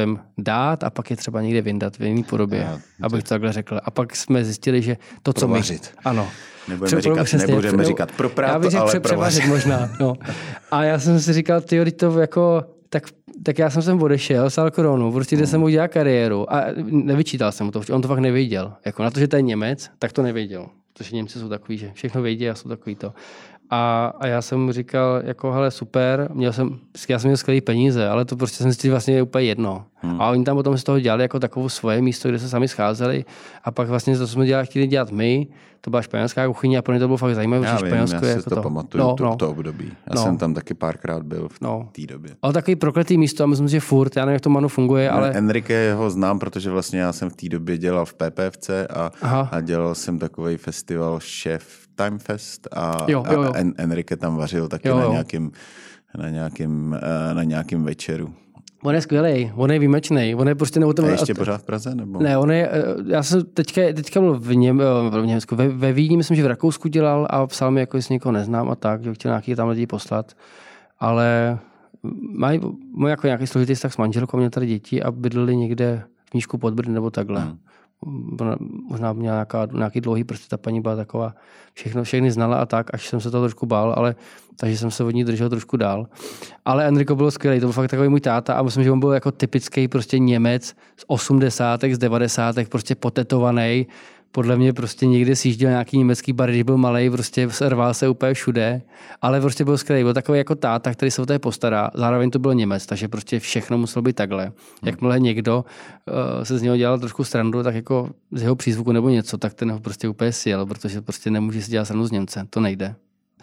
způsobem dát a pak je třeba někde vyndat v jiné podobě, já, abych to takhle řekl. A pak jsme zjistili, že to, co provařit. my... Ano. Nebudeme říkat, přesně, nebudeme říkat proprát, já bych řekl, ale převařit možná. No. A já jsem si říkal, ty to jako... Tak, tak já jsem sem odešel, sál koronu, prostě kde mm. jsem udělal kariéru a nevyčítal jsem mu to, on to fakt nevěděl. Jako na to, že to je Němec, tak to nevěděl. Protože Němci jsou takový, že všechno vědí a jsou takový to. A, a já jsem mu říkal, jako hele, super, měl jsem, já jsem měl skvělý peníze, ale to prostě jsem si vlastně je úplně jedno. Hmm. A oni tam potom z toho dělali jako takovou svoje místo, kde se sami scházeli a pak vlastně to jsme dělali, chtěli dělat my, to byla španělská kuchyně a pro ně to bylo fakt zajímavé, že Španělsko já je si jako to, to pamatuju, no, to, no. to období. Já no. jsem tam taky párkrát byl v no. té době. Ale takový prokletý místo a myslím, že furt, já nevím, jak to Manu funguje, ale... Enrique ho znám, protože vlastně já jsem v té době dělal v P P F C a, a dělal jsem takový festival Chef Time Fest a, jo, jo, jo. a en, Enrique tam vařil taky jo, jo. na nějakým na nějakým, na nějakým večeru. On je skvělej, on je výjimečný, on je prostě... Nebo to, a ještě pořád v Praze? Nebo? Ne, on je, já jsem teďka, teďka byl v, Něm, v Německu, ve, ve Vídni, myslím, že v Rakousku dělal a psal mi, jako jestli někoho neznám a tak, že chtěl nějaký tam lidi poslat, ale mají jako nějaký složitý vztah s manželkou, měl tady děti a bydleli někde v Nížku pod Brdy nebo takhle. Hmm. Možná měla nějaká, nějaký dlouhý prsty, ta paní byla taková, všechno, všechny znala a tak, až jsem se toho trošku bál, ale takže jsem se od ní držel trošku dál. Ale Enrico byl skvělý, to byl fakt takový můj táta a myslím, že on byl jako typický prostě Němec z osmdesátek, z devadesátek, prostě potetovaný. Podle mě prostě někde sjížděl nějaký německý bar, když byl malej, prostě rval se úplně všude, ale prostě byl skvělý. Byl takový jako táta, který se o to postará. Zároveň to byl Němec, takže prostě všechno muselo být takhle. Hmm. Jakmile někdo uh, se z něho dělal trošku srandu, tak jako z jeho přízvuku nebo něco, tak ten ho prostě úplně sjel, protože prostě nemůže si dělat srandu z Němce. To nejde.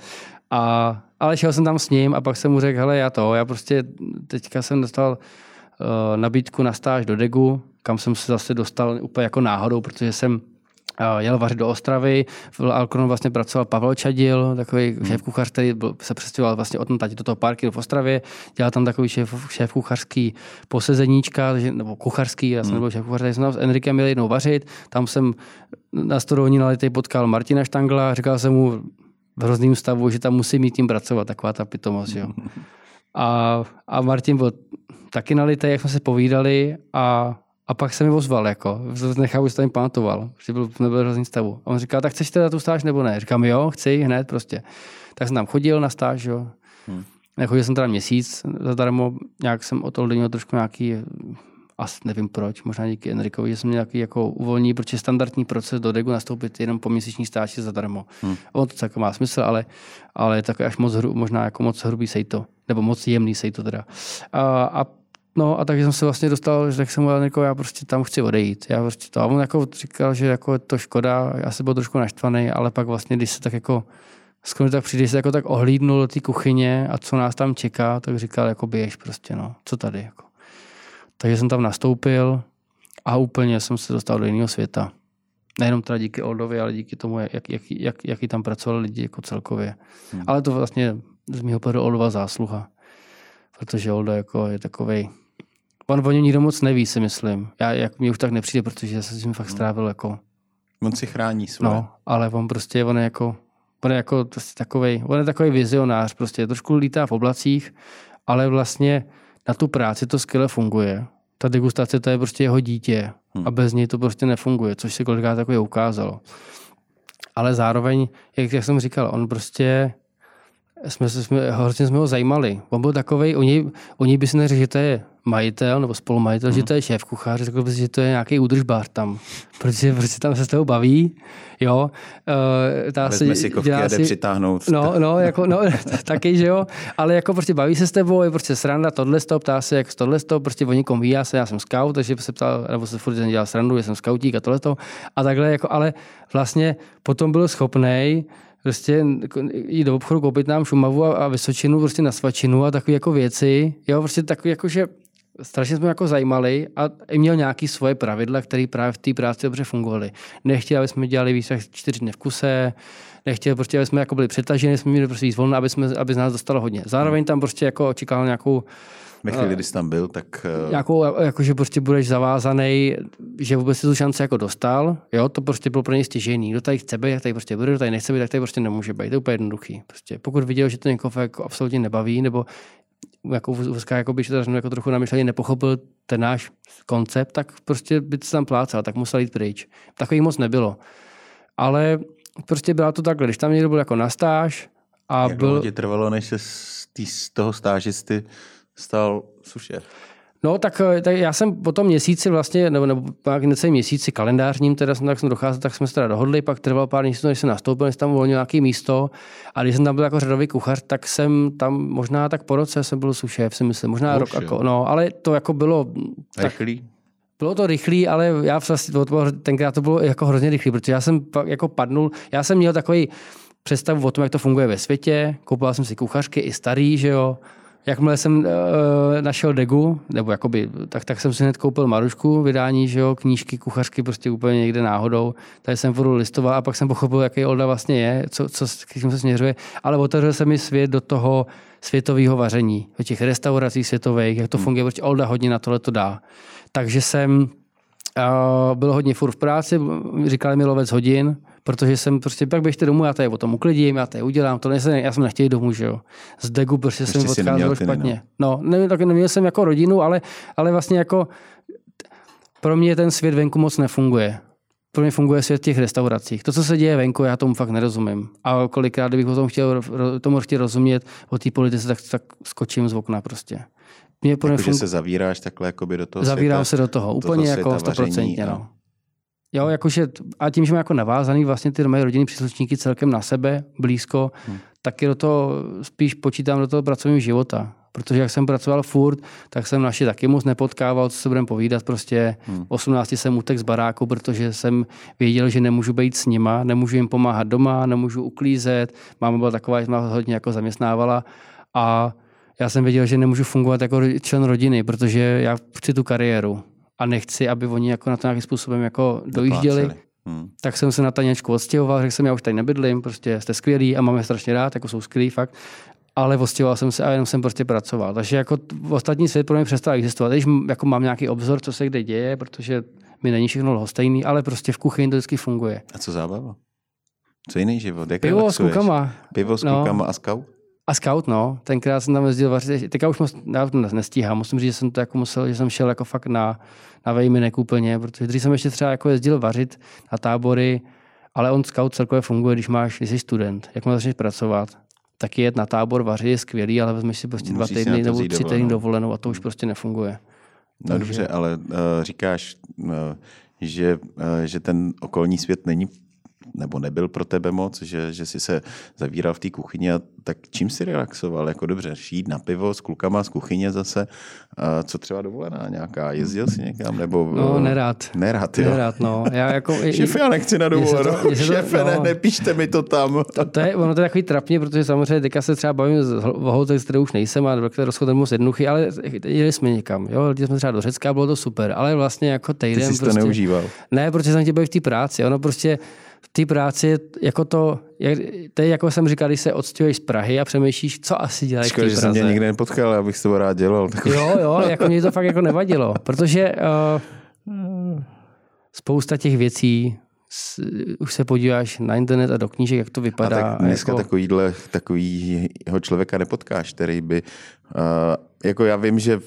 A, ale šel jsem tam s ním a pak jsem mu řekl, hele, já to, já prostě teďka jsem dostal uh, nabídku na stáž do Degu, kam jsem se zase dostal úplně jako náhodou, protože jsem jel vařit do Ostravy, v Alkronu vlastně pracoval Pavel Čadil, takový hmm. šéfkuchař, který byl, se přestěhoval vlastně od tati do toho parky v Ostravě, dělal tam takový šéf, šéfkuchařský posezeníčka, nebo kuchařský, já jsem hmm. nebyl šéfkuchař, takže jsem tam s Enrikem měl jednou vařit, tam jsem na studovní nalitej potkal Martina Štangla, říkal jsem mu v hrozným stavu, že tam musí mít tím pracovat, taková ta pitomost, jo. A, a Martin byl taky nalitej, jak jsme se povídali a A pak se mi ozval, jako, nechápu, že to jim pamatoval, že byl, nebyl v hrozným stavu. A on říkal, tak chceš teda tu stáž nebo ne? Říkám, jo, chci, hned prostě. Tak jsem tam chodil na stáž, jo. Hmm. Chodil jsem teda měsíc zadarmo, nějak jsem od toho měl trošku nějaký, asi nevím proč, možná díky Enrikovi, že jsem měl nějaký jako uvolní, protože standardní proces do Degu nastoupit jenom po měsíční stáži zadarmo. Hmm. On to tak má smysl, ale, ale je takový až moc hru, možná jako moc hrubý sejto, nebo moc jemný sejto teda. A, a No a takže jsem se vlastně dostal, že tak jsem mu jako, já prostě tam chci odejít. Já prostě to, a on jako říkal, že jako je to škoda, já jsem byl trošku naštvaný, ale pak vlastně, když se tak jako skoro tak přijde, se jako tak ohlídnul do té kuchyně a co nás tam čeká, tak říkal, jako běž prostě, no, co tady, jako. Takže jsem tam nastoupil a úplně jsem se dostal do jiného světa. Nejenom teda díky Oldovi, ale díky tomu, jak, jak, jak, jaký tam pracovali lidi jako celkově. Hmm. Ale to vlastně z mého pohledu Oldova zásluha. Protože Olda jako je takovej, on o něm nikdo moc neví, si myslím. Já, jak mi už tak nepřijde, protože já jsem s ním fakt strávil jako... On si chrání svoje. No, ale on prostě, on je jako, on je jako prostě takovej, on je takovej vizionář, prostě trošku lítá v oblacích, ale vlastně na tu práci to skvěle funguje. Ta degustace, to je prostě jeho dítě hmm. a bez něj to prostě nefunguje, což se kolikrát takové ukázalo. Ale zároveň, jak, jak jsem říkal, on prostě... Jsme, jsme, hrozně jsme ho zajímali. On byl takovej, oni, oni by si neřekli, že to je majitel nebo spolumajitel, mm. že to je šéf kuchař, řekl by si, že to je nějaký údržbář tam. Protože, protože tam se z toho baví. Jo. Uh, Vezme si kovky a jde si... přitáhnout. No, no, jako, no, taky, že jo. Ale jako prostě baví se s tebou, je prostě sranda, tohle stop, ptá se, jak tohle stop, prostě o někom ví, já, se, já jsem scout, takže se ptal, nebo se furt dělal srandu, že jsem scoutík a tohle stop. A takhle, jako, ale vlastně potom byl schopnej prostě jít do obchodu, koupit nám Šumavu a, a Vysočinu, prostě na svačinu a takové jako věci. Jo, prostě takový jako, že strašně jsme jako zajímali a měl nějaký svoje pravidla, které právě v té práci dobře fungovaly. Nechtěl, aby jsme dělali víc jak čtyři dny v kuse, nechtěl prostě, aby jsme jako byli přetaženi, jsme měli prostě víc volno, aby, jsme, aby z nás dostalo hodně. Zároveň tam prostě jako očekával nějakou ve chvíli, kdy jsi tam byl, tak... Nějakou, jako, že prostě budeš zavázaný, že vůbec si tu šanci jako dostal, jo, to prostě bylo pro něj stěžejný. Kdo tady chce být, tak tady prostě bude, kdo tady nechce být, tak tady prostě nemůže být. To je úplně jednoduchý. Prostě pokud viděl, že to někoho jako absolutně nebaví, nebo jako vůzka, jako by, že to jako trochu namyšleně nepochopil ten náš koncept, tak prostě by se tam plácal, tak musel jít pryč. Takových moc nebylo. Ale prostě byla to takhle, když tam někdo byl jako na stáž a Jak byl... dlouho ti trvalo, než se z, tý, z toho stážisty stal sušéf? No tak, tak já jsem po tom měsíci vlastně, nebo, nebo pak necelý měsíci kalendářním, teda jsem, tak jsem docházel, tak jsme se teda dohodli, pak trvalo pár měsíců, než jsem nastoupil, než tam uvolnil nějaké místo a když jsem tam byl jako řadový kuchař, tak jsem tam možná tak po roce jsem byl sušéf, si myslím, možná Už, rok, jako, no, ale to jako bylo... Rychlý? Bylo to rychlý, ale já vlastně, to bylo, tenkrát to bylo jako hrozně rychlý, protože já jsem jako padnul, já jsem měl takový představu o tom, jak to funguje ve světě, koupil jsem si kuchařky i starý, že jo. Jakmile jsem uh, našel Degu, nebo jakoby, tak, tak jsem si hned koupil Marušku, vydání, že jo, knížky, kuchařky prostě úplně někde náhodou. Tady jsem furt listoval a pak jsem pochopil, jaký Olda vlastně je, co, co k čemu se směřuje, ale otevřel se mi svět do toho světového vaření, do těch restaurací světových, jak to funguje, protože Olda hodně na tohle to dá. Takže jsem uh, byl hodně furt v práci, říkali mi lovec hodin, protože jsem prostě, pak běžte domů, já tady o tom uklidím, já tady udělám, to nejsem, já jsem nechtěl domů, že jo. Z Degu prostě jsem odcházel špatně. No, nevím, tak neměl jsem jako rodinu, ale, ale vlastně jako pro mě ten svět venku moc nefunguje. Pro mě funguje svět v těch restauracích. To, co se děje venku, já tomu fakt nerozumím. A kolikrát, kdybych o tom chtěl, tomu chtěl rozumět, o té politice, tak, tak skočím z okna prostě. Mě jako, fungu... že se zavíráš takhle jakoby do toho Zavírám světa, se do toho, úplně toho jako sto procent. No. Jo, jakože, a tím, že mám jako navázaný vlastně ty moje rodinné příslušníky celkem na sebe, blízko, hmm. taky do toho spíš počítám do toho pracovního života. Protože jak jsem pracoval furt, tak jsem naši taky moc nepotkával, co se budeme povídat. Prostě hmm. v osmnácti jsem utek z baráku, protože jsem věděl, že nemůžu být s nima, nemůžu jim pomáhat doma, nemůžu uklízet. Máma byla taková, že mě hodně jako zaměstnávala a já jsem věděl, že nemůžu fungovat jako člen rodiny, protože já chci tu kariéru a nechci, aby oni jako na to nějakým způsobem jako dojížděli. Hmm. Tak jsem se na Taněčku odstěhoval, řekl jsem, já už tady nebydlím, prostě jste skvělí a mám je strašně rád, jako jsou skvělí fakt. Ale odstěhoval jsem se a jenom jsem prostě pracoval. Takže jako ostatní svět pro mě přestal existovat. Když jako mám nějaký obzor, co se kde děje, protože mi není všechno lhostejný, ale prostě v kuchyni to vždycky funguje. A co zábava? Co jiný život? Jak Pivo relaxuješ? s klukama. Pivo s klukama no. A scout? A scout, no. Tenkrát jsem tam jezdil vařit. Teďka už moc, já to nestíhám. Musím říct, že jsem to jako musel, že jsem šel jako fakt na, na vejminek úplně, protože dřív jsem ještě třeba jako jezdil vařit na tábory, ale on scout celkově funguje, když máš, když jsi student, jak máš začneš pracovat. Tak jet na tábor vařit je skvělý, ale vezmeš si prostě Musíš dva týdny nebo tři týdny dovolenou a to už prostě nefunguje. No Takže... dobře, ale uh, říkáš, uh, že, uh, že ten okolní svět není nebo nebyl pro tebe moc, že, že jsi se zavíral v té kuchyni a tak čím jsi relaxoval? Jako dobře, jít na pivo s klukama z kuchyně zase, a co třeba dovolená nějaká? Jezdil jsi někam? Nebo, no, nerád. Nerád, jo? Nerád, no. Já jako, Šefe, já nechci na dovolenou. Šefe, no, ne, nepíšte mi to tam. To, to je, ono to je takový trapně, protože samozřejmě teďka se třeba bavím o holce, z které už nejsem a do které rozchod moc jednoduchý, ale jeli jsme někam. Jo? Jeli jsme třeba do Řecka, bylo to super, ale vlastně jako týden. Ty jsi prostě, to neužíval. Ne, protože jsem tě byl v té práci. Ono prostě v té práci jako to, jak, to je jako jsem říkal, když se odstěhuješ z Prahy a přemýšlíš, co asi dělají v té Praze. Škoda, že jsem tě nikdy nepotkal, abych s toho rád dělal. Takový. Jo, jo, jako mě to fakt jako nevadilo, protože uh, spousta těch věcí s, už se podíváš na internet a do knížek, jak to vypadá. A tak dneska jako... takovýhle, takovýho člověka nepotkáš, který by, uh, jako já vím, že,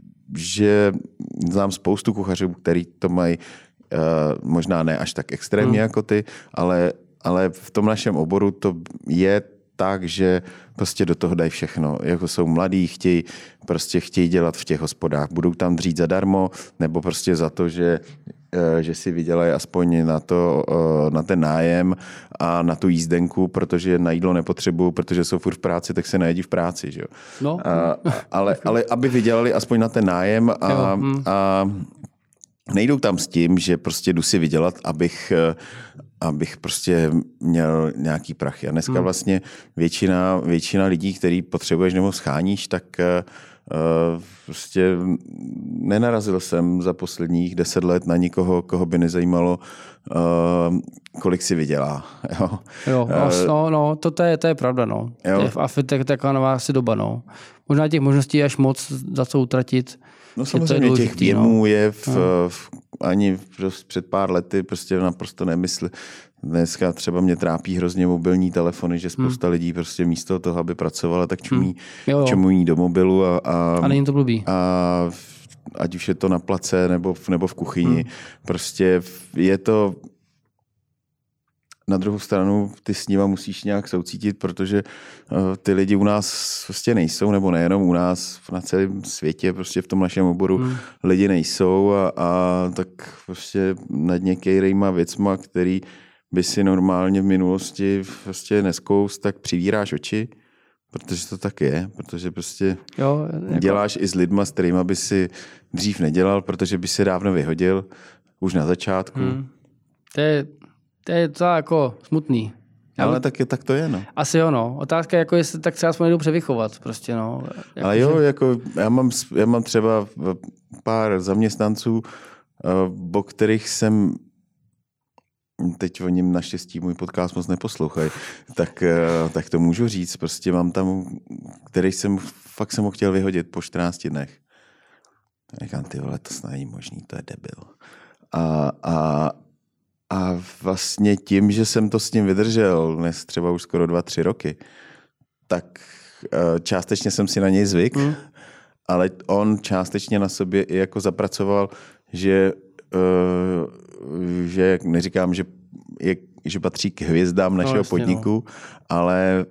že znám spoustu kuchařů, který to mají Uh, možná ne až tak extrémně hmm. jako ty, ale, ale v tom našem oboru to je tak, že prostě do toho dají všechno. Jako jsou mladí, chtějí, prostě chtějí dělat v těch hospodách. Budou tam dřít zadarmo, nebo prostě za to, že, uh, že si vydělají aspoň na, to, uh, na ten nájem a na tu jízdenku, protože na jídlo nepotřebují, protože jsou furt v práci, tak se najedí v práci. Že jo? No. A, ale, ale aby vydělali aspoň na ten nájem a, jo, hmm. a nejdou tam s tím, že prostě jdu si vydělat, abych, abych prostě měl nějaký prachy. A dneska hmm. vlastně většina, většina lidí, který potřebuješ nebo scháníš, tak uh, prostě nenarazil jsem za posledních deset let na nikoho, koho by nezajímalo, uh, kolik si vydělá. Jo, jo uh, no, no, to, to, je, to je pravda. No. Jo. A to je taková nová asi doba. No. Možná těch možností až moc za co utratit. No samozřejmě těch věmů no. je v, v, ani před pár lety prostě naprosto nemysl. Dneska třeba mě trápí hrozně mobilní telefony, že spousta hmm. lidí prostě místo toho, aby pracovala, tak čumí, hmm. jo, jo. čumují do mobilu. A, a, a není to blbý. A ať už je to na place nebo v, nebo v kuchyni. Hmm. Prostě je to... Na druhou stranu ty s nima musíš nějak soucítit, protože uh, ty lidi u nás prostě nejsou, nebo nejenom u nás, na celém světě, prostě v tom našem oboru hmm. lidi nejsou a, a tak prostě nad některýma věcma, který by si normálně v minulosti prostě neskous, tak přivíráš oči, protože to tak je, protože prostě jo, jako... děláš i s lidma, s kterýma by si dřív nedělal, protože by si dávno vyhodil už na začátku. Hmm. To je To je to jako smutný. Já ale tak, je, tak to je, no. Asi jo, no. Otázka je, jako jestli tak třeba aspoň dobře vychovat, prostě, no. Jako, ale jo, že... jako já mám, já mám třeba pár zaměstnanců, o kterých jsem, teď o něm naštěstí můj podcast moc neposlouchají, tak, tak to můžu říct. Prostě mám tam, který jsem, fakt jsem ho chtěl vyhodit po čtrnácti dnech. Říkám, ty vole, to snad není možný, to je debil. A, a A vlastně tím, že jsem to s ním vydržel dnes třeba už skoro dva, tři roky, tak částečně jsem si na něj zvyk, mm. ale on částečně na sobě i jako zapracoval, že, že neříkám, že, je, že patří k hvězdám našeho no, vlastně, podniku, no. ale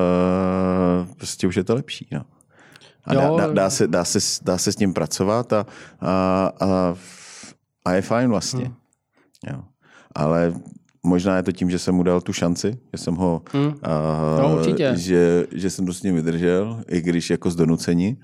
prostě už je to lepší. No. A dá, dá, dá, se, dá, se, dá se s ním pracovat a, a, a, a je fajn vlastně. Mm. Jo. Ale možná je to tím, že jsem mu dal tu šanci, že jsem ho, hmm. uh, no, že, že jsem to s ním vydržel, i když jako z donucení.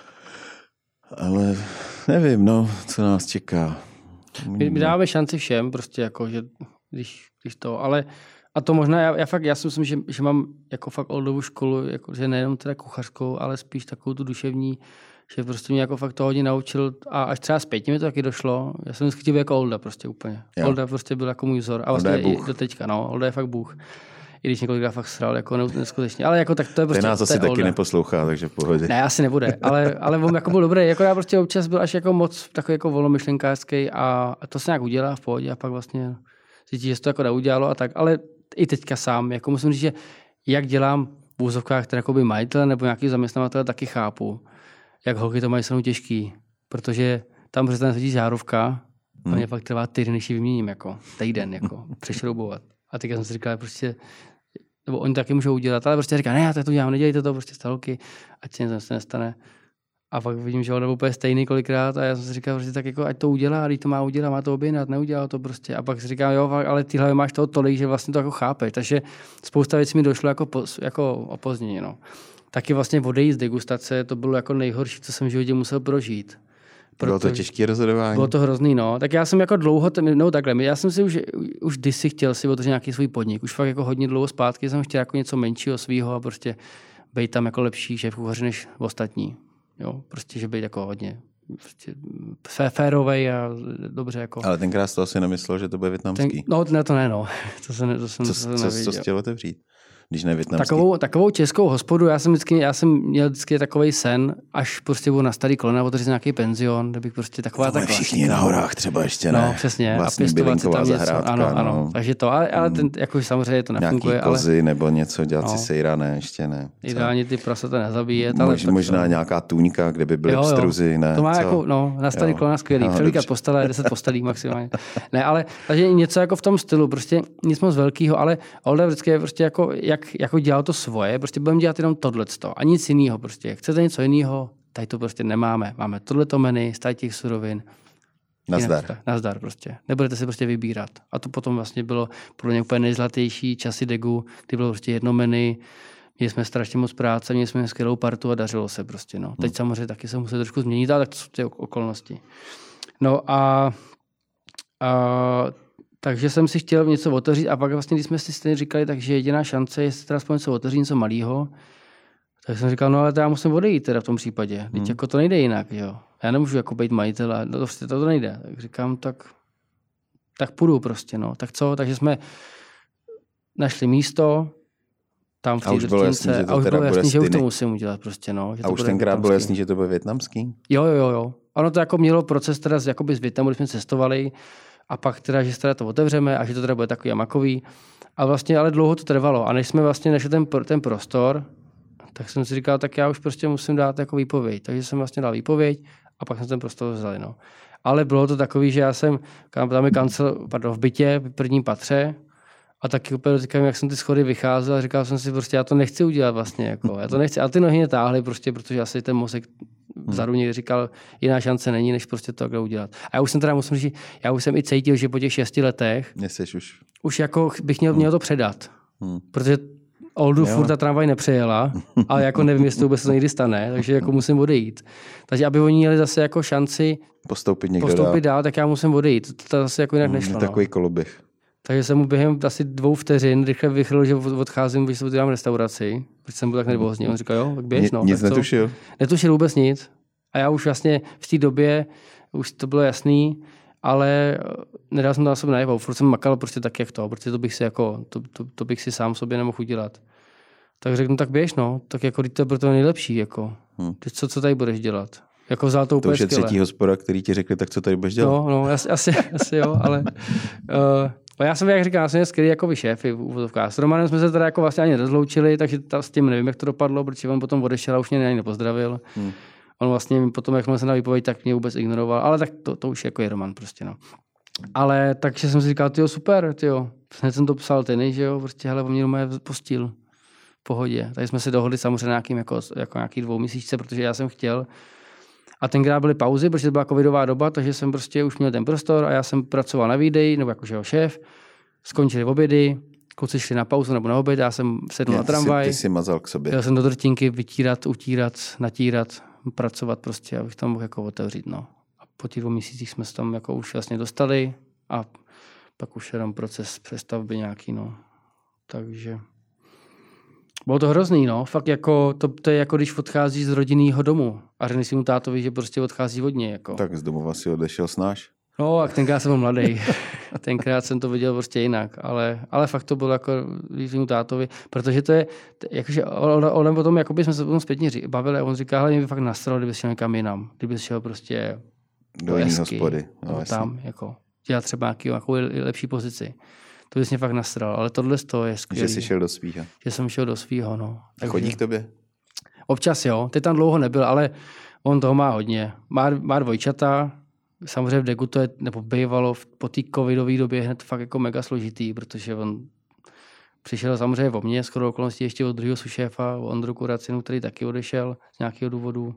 Ale nevím, no, co nás čeká. My, my dáváme šanci všem, prostě jako, že když, když to, ale a to možná, já, já fakt, já si myslím, že, že mám jako fakt oldovou školu, jako, že nejenom teda kuchařskou, ale spíš takovou tu duševní, že prostě mě jako fakt to hodně naučil a až třeba zpětně mi to taky došlo. Já jsem vždycky chtěl jako Olda prostě úplně. Jo. Olda prostě byl jako můj vzor. A vlastně i do teďka, no. Olda je fakt bůh. I když několikrát fakt sral, jako neskutečně. Ale jako tak to je prostě. Ten nás asi taky Olda. Neposlouchá, takže v pohodě. Ne, asi nebude. Ale, ale on jako byl dobrý. Jako já prostě občas byl až jako moc takový jako volnomyšlenkářský a to se nějak udělá v pohodě a pak vlastně cítí, že to jako neudělalo a tak. Ale i teďka sám, jako musím říct, že jak dělám v úzovkách, které jako by majitel nebo nějaký zaměstnavatel, taky chápu, jak holky to mají stranou těžký, protože tam přestane sedí žárovka hmm. a mě fakt trvá týden, než ji vyměním, jako týden, jako přešroubovat. A teď jsem si říkal, prostě, nebo oni taky můžou udělat, ale prostě říká, ne, já to dělám, nedělejte to, prostě z holky, ať se něco nestane. A pak vidím, že on byl úplně stejný kolikrát a já jsem si říkal, prostě tak jako, ať to udělá, ať to má udělat, má to objednat, neudělal to prostě. A pak si říkám, jo, ale ty hlavě máš toho tolik, že vlastně to jako chápeš. Takže spousta věcí mi došlo jako, po, jako opozděně, no. Taky vlastně odejít z degustace, to bylo jako nejhorší, co jsem v životě musel prožít. Bylo to těžké rozhodování? Bylo to hrozný, no. Tak já jsem jako dlouho, no takhle, já jsem si už, už kdysi chtěl si otevřít nějaký svůj podnik. Už fakt jako hodně dlouho zpátky jsem chtěl jako něco menšího svýho a prostě být tam jako lepší šéf kuchaři než ostatní. Jo, prostě, že být jako hodně prostě férovej a dobře jako. Ale tenkrát jsi to asi nemyslel, že to bude vietnamský. Ten, no, ne, to ne, no. To, se ne, to jsem co, to co, co jsi chtěl otevřít? Když ne vietnamský. Takovou, takovou českou hospodu, já jsem vždycky, já jsem měl vždycky takovej sen, až prostě budu na starý kolena otevřít nějaký penzion, kde bych prostě taková tak všichni na horách třeba ještě ne. No, přesně. Vlastní a pěstovat si tam něco. Ano, no. ano. Takže to, ale, ale ten, jako samozřejmě to nefunguje. Nějaký kozy ale... nebo něco, dělat no. si sejra, ne, ještě ne. Ideálně ty prasata nezabíjet. Ale Mož, možná to... nějaká tůňka, kde by byly pstruzy, ne. To má co? Jako, no, na starý kolena skvělý. Přelikat postele, deset postelí maximálně. Ne, ale takže něco jako v tom stylu, prostě nic moc velkého, ale Olda vždycky je prostě jako, jak, jako dělal to svoje, prostě budeme dělat jenom tohleto a nic jiného prostě. Chcete něco jiného, tady to prostě nemáme. Máme tohleto menu, z těch surovin. Nazdar. Nazdar prostě. Nebudete si prostě vybírat. A to potom vlastně bylo pro mě úplně nejzlatější časy Degu, kdy bylo prostě jedno menu, měli jsme strašně moc práce, měli jsme skvělou partu a dařilo se prostě. No. Teď hmm. samozřejmě taky se musí trošku změnit, ale tak to jsou ty okolnosti. No a, a takže jsem si chtěl něco otevřít a pak vlastně, když jsme si stejně říkali, takže jediná šance je teda aspoň něco otevřít, něco malého, tak jsem říkal, no ale to já musím odejít teda v tom případě. Hmm. Teď jako to nejde jinak, jo. Já nemůžu jako být majitel a to, to, to nejde. Tak říkám, tak, tak půjdu prostě, no. Tak co? Takže jsme našli místo, tam v té drtince a už bylo jasný, že už to musím udělat prostě, no. Že a to už tenkrát bylo jasný, že to bude vietnamský? Jo, jo, jo. Ono to jako mělo proces teda z, jakoby z Vietnamu, když jsme cestovali, a pak teda, že teda to otevřeme a že to teda bude takový amakový. A vlastně ale dlouho to trvalo. A než jsme vlastně našli ten, ten prostor, tak jsem si říkal, tak já už prostě musím dát jako výpověď. Takže jsem vlastně dal výpověď A pak jsme ten prostor vzali. No. Ale bylo to takový, že já jsem, tam je kancel, pardon, v bytě, v prvním patře, a taky úplně říkám, jak jsem ty schody vycházel a říkal jsem si prostě, já to nechci udělat vlastně, jako, já to nechci. A ty nohy mě táhly prostě, protože asi ten mozek vzadu někdy říkal, jiná šance není, než prostě to takhle udělat. A já už jsem teda musím říct, já už jsem i cítil, že po těch šesti letech Neseš už. už jako bych měl, měl to předat. Hmm. Protože Oldu furt ta tramvaj nepřejela, ale jako nevím, jestli to vůbec to někdy stane, takže jako musím odejít. Takže aby oni měli zase jako šanci postoupit, někdo postoupit dál. dál, tak já musím odejít. To zase jako jinak nešlo. Takový no. koloběh. Takže jsem mu během asi dvou vteřin rychle vychrl, že odcházím, když se udělám restauraci, protože jsem byl tak nervózní. On říkal, jo, tak běž, no. Nic tak netušil? Netušil vůbec nic. A já už vlastně v té době, už to bylo jasný, ale nedal jsem to na sobě najevo. Furt jsem makal prostě tak, jak to, protože to bych si jako, to, to, to bych si sám sobě nemohl udělat. Tak řeknu, tak běž, no. Tak jako, to je pro to nejlepší, jako. Hmm. Ty co, co tady budeš dělat? Jako vzal to úplně To už je skvěle. třetí hospoda, který ti řekli, tak co tady budeš dělat? No, no, asi, asi, asi jo, ale uh, já jsem, jak říkám, já jsem skvělý jako šéf v úvodovkách. S Romanem jsme se teda jako vlastně ani rozloučili, takže ta, s tím nevím, jak to dopadlo, protože on potom odešel a už mě ani nepozdravil. Hmm. On vlastně potom, jak jsme se na výpověď, tak mě vůbec ignoroval, ale tak to, to už jako je Roman prostě, no. Ale takže jsem si říkal, tyjo, super, tyjo. Hned jsem to psal ty, že jo, prostě, hele, on mě doma postil. V pohodě. Takže jsme se dohodli samozřejmě nějakým jako, jako nějaký dvou měsíce, protože já jsem chtěl. A tenkrát byly pauzy, protože to byla covidová doba, takže jsem prostě už měl ten prostor a já jsem pracoval na výdeji, nebo jakože jeho šéf. Skončili obědy, kluci šli na pauzu nebo na oběd, já jsem sedl já, na tramvaj. Ty jsi mazal k sobě. Jel jsem do drtinky vytírat, utírat, natírat, pracovat prostě, abych tam mohl jako otevřít. No. A po těch dvou měsících jsme se tam jako už vlastně dostali a pak už jenom proces přestavby nějaký, no. Takže bylo to hrozný, no. Fakt jako, to, to je jako když odchází z rodinného domu a řekne si mu tátovi, že prostě odchází od něj. Jako. Tak z domova si odešel snáš? No, a tenkrát jsem byl mladý. Tenkrát jsem to viděl prostě jinak, ale, ale fakt to bylo jako mu tátovi, protože to je, jakože on o tom, jakoby jsme se potom zpětně bavili a on říká, hele, mě by fakt nastralo, kdyby šel někam jinam, kdyby šel prostě do jiné hospody. No, tam, jako, dělat třeba nějaký, nějakou lepší pozici. To bys mě fakt nasral, ale tohle to je skvělý. Že jsi šel do svýho. Že jsem šel do svýho, no. Takže chodí k tobě? Občas jo, teď tam dlouho nebyl, ale on toho má hodně. Má, má dvojčata, samozřejmě v Degu to je, nebo bývalo po té covidové době hned fakt jako mega složitý, protože on přišel samozřejmě o mě, skoro okolností ještě od druhého sušéfa, o Ondru Kuracinu, který taky odešel z nějakého důvodu.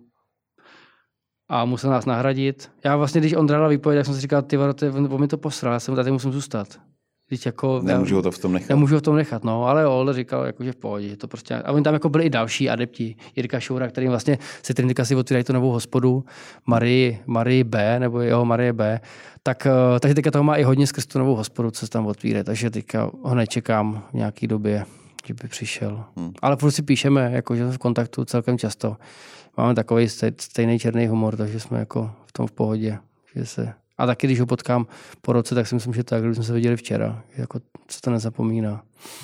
A musel nás nahradit. Já vlastně, když Ondra dal výpověď, tak jsem si říkal, ty vado, on mi to posral, já jsem tady musím zůstat. Jako, nemůžu ho to v tom nechat. Nemůžu ho v tom nechat, no, ale Olde říkal, jako, že v pohodě. Že to prostě, a oni tam jako byli i další adepti. Jirka Šoura, kterým vlastně se Trindika si otvírají tu novou hospodu, Marie, Marie B, nebo jeho Marie B, tak, takže teďka toho má i hodně skrz tu novou hospodu, co se tam otvírá, takže teďka ho nečekám v nějaký době, že by přišel. Hmm. Ale prostě si píšeme, jako, že jsme v kontaktu celkem často. Máme takový stejný černý humor, takže jsme jako v tom v pohodě, že se... A taky, když ho potkám po roce, tak si myslím, že tak, když jsme se viděli včera. Jako se to nezapomíná.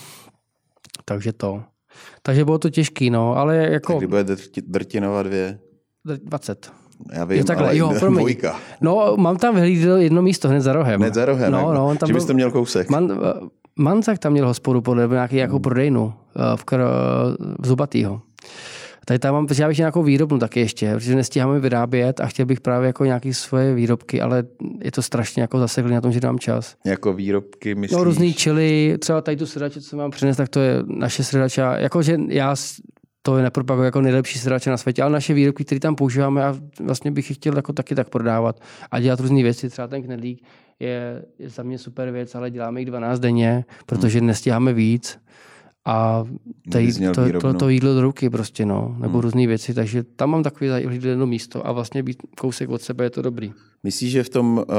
Takže to. Takže bylo to těžký, no, ale jako... Tak kdy bude Drtinova dvě? dvacet. Já vím, jo, takhle, ale jo, dvojka. No, mám tam vyhlídl jedno místo hned za rohem. Hned za rohem, no, no, tam že bys to měl kousek. Man, Manzak tam měl hospodu podle nějaký jako hmm. prodejnu v, kr... v Zubatýho. Tady tam mám, protože já bych nějakou výrobnu taky ještě, protože nestíháme vyrábět a chtěl bych právě jako nějaké svoje výrobky, ale je to strašně jako zaseklý na tom, že dám čas. Jako výrobky myslíš? No různý čili, třeba tady tu sedače, co mám přines, tak to je naše sedače. Jakože já to je nepropaguji jako nejlepší sedače na světě, ale naše výrobky, které tam používáme, a vlastně bych je chtěl jako taky tak prodávat a dělat různé věci. Třeba ten knedlík je, je za mě super věc, ale děláme jich dvanáct denně, protože hmm. nestíháme víc. A tady, to, to, to jídlo do ruky prostě, no, nebo hmm. různé věci, takže tam mám takový jedno místo a vlastně být kousek od sebe je to dobrý. Myslíš, že v tom, uh,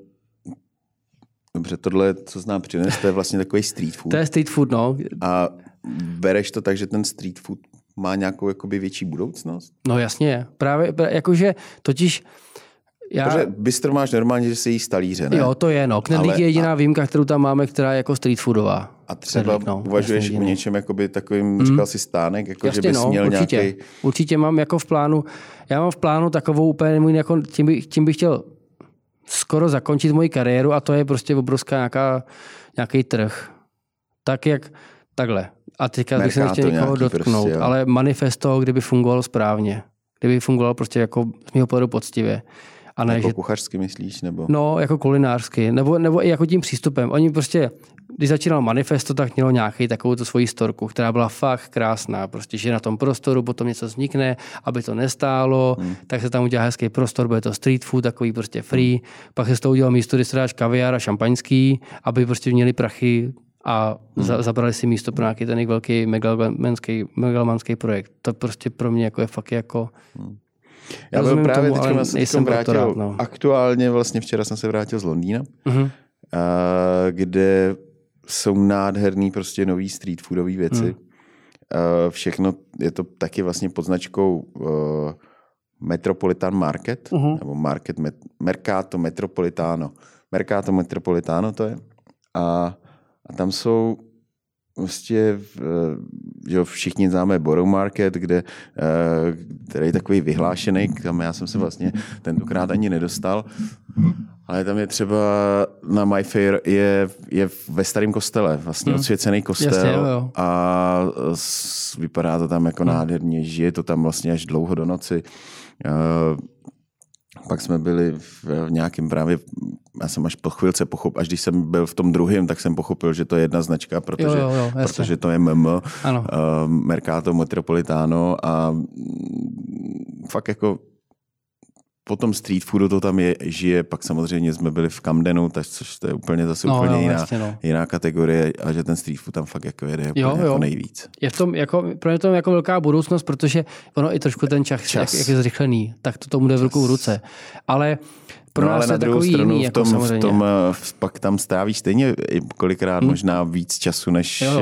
dobře, tohle, co znám přines, to je vlastně takový street food. To je street food, no. A bereš to tak, že ten street food má nějakou jakoby větší budoucnost? No jasně, právě, jakože totiž já... Protože bistro máš normálně, že se jí z talíře, ne? Jo, to je, no. Knedlík je jediná a... výjimka, kterou tam máme, která je jako street foodová. A třeba knedlík, no, uvažuješ o něčem jakoby takovým, mm. říkal jsi stánek, jako jasně, že bys no, měl určitě. nějaký... Určitě mám jako v plánu, já mám v plánu takovou úplně můj, jako, tím, bych, tím bych chtěl skoro zakončit moji kariéru a to je prostě obrovská nějaká, nějaký trh. Tak jak, takhle. A teďka bych se nechtěl někoho dotknout, prostě, ale manifesto, kdyby fungovalo správně. kdyby fungoval prostě jako z mého pohledu poctivě. A ne, jako že... kuchařsky myslíš? Nebo? No, jako kulinářsky, nebo, nebo i jako tím přístupem. Oni prostě, když začínal Manifesto, tak mělo nějaký takovou tu svoji storku, která byla fakt krásná. Prostě, že na tom prostoru potom něco vznikne, aby to nestálo, hmm. tak se tam udělá hezký prostor, bude to street food, takový prostě free. Hmm. Pak se z toho udělal místo, kde se dáš kaviár a šampaňský, aby prostě měli prachy a hmm. za, zabrali si místo pro nějaký ten velký megalomanský, megalomanský projekt. To prostě pro mě jako je fakt jako... Hmm. Já byl právě tomu, teďka se teďka vrátil, doktorát, no. aktuálně vlastně včera jsem se vrátil z Londýna, uh-huh. a, kde jsou nádherný prostě nový street foodové věci. Uh-huh. A, všechno je to taky vlastně pod značkou uh, Metropolitan Market, uh-huh. nebo Market met, Mercato Metropolitano. Mercato Metropolitano to je. A, a tam jsou vlastně, že všichni známe Borough Market, kde, který je takový vyhlášený, kam já jsem se vlastně tentokrát ani nedostal. Ale tam je třeba na My Fair je, je ve starém kostele, vlastně hmm. odsvěcený kostel. Jasně, jo, jo. A vypadá to tam jako hmm. nádherně, žije to tam vlastně až dlouho do noci. Pak jsme byli v nějakém právě, já jsem až po chvilce pochopil, až když jsem byl v tom druhém, tak jsem pochopil, že to je jedna značka, protože, jo, jo, jo, protože to je M M, uh, Mercato Metropolitano a fakt jako po tom street foodu to tam je, žije, pak samozřejmě jsme byli v Camdenu, tak, což to je úplně zase no, úplně no, jiná, jasně, no. jiná kategorie a že ten street food tam fakt jako jede úplně jo, jo. jako nejvíc. Je v tom jako, pro mě to je jako velká budoucnost, protože ono i trošku ten čas, čas. Jak, jak je zrychlený, tak to tomu jde v rukou v ruce. Ale pro no, nás ale je takový stranu, jiný, v tom, jako samozřejmě. V tom, pak tam strávíš stejně kolikrát hmm. možná víc času, než, uh,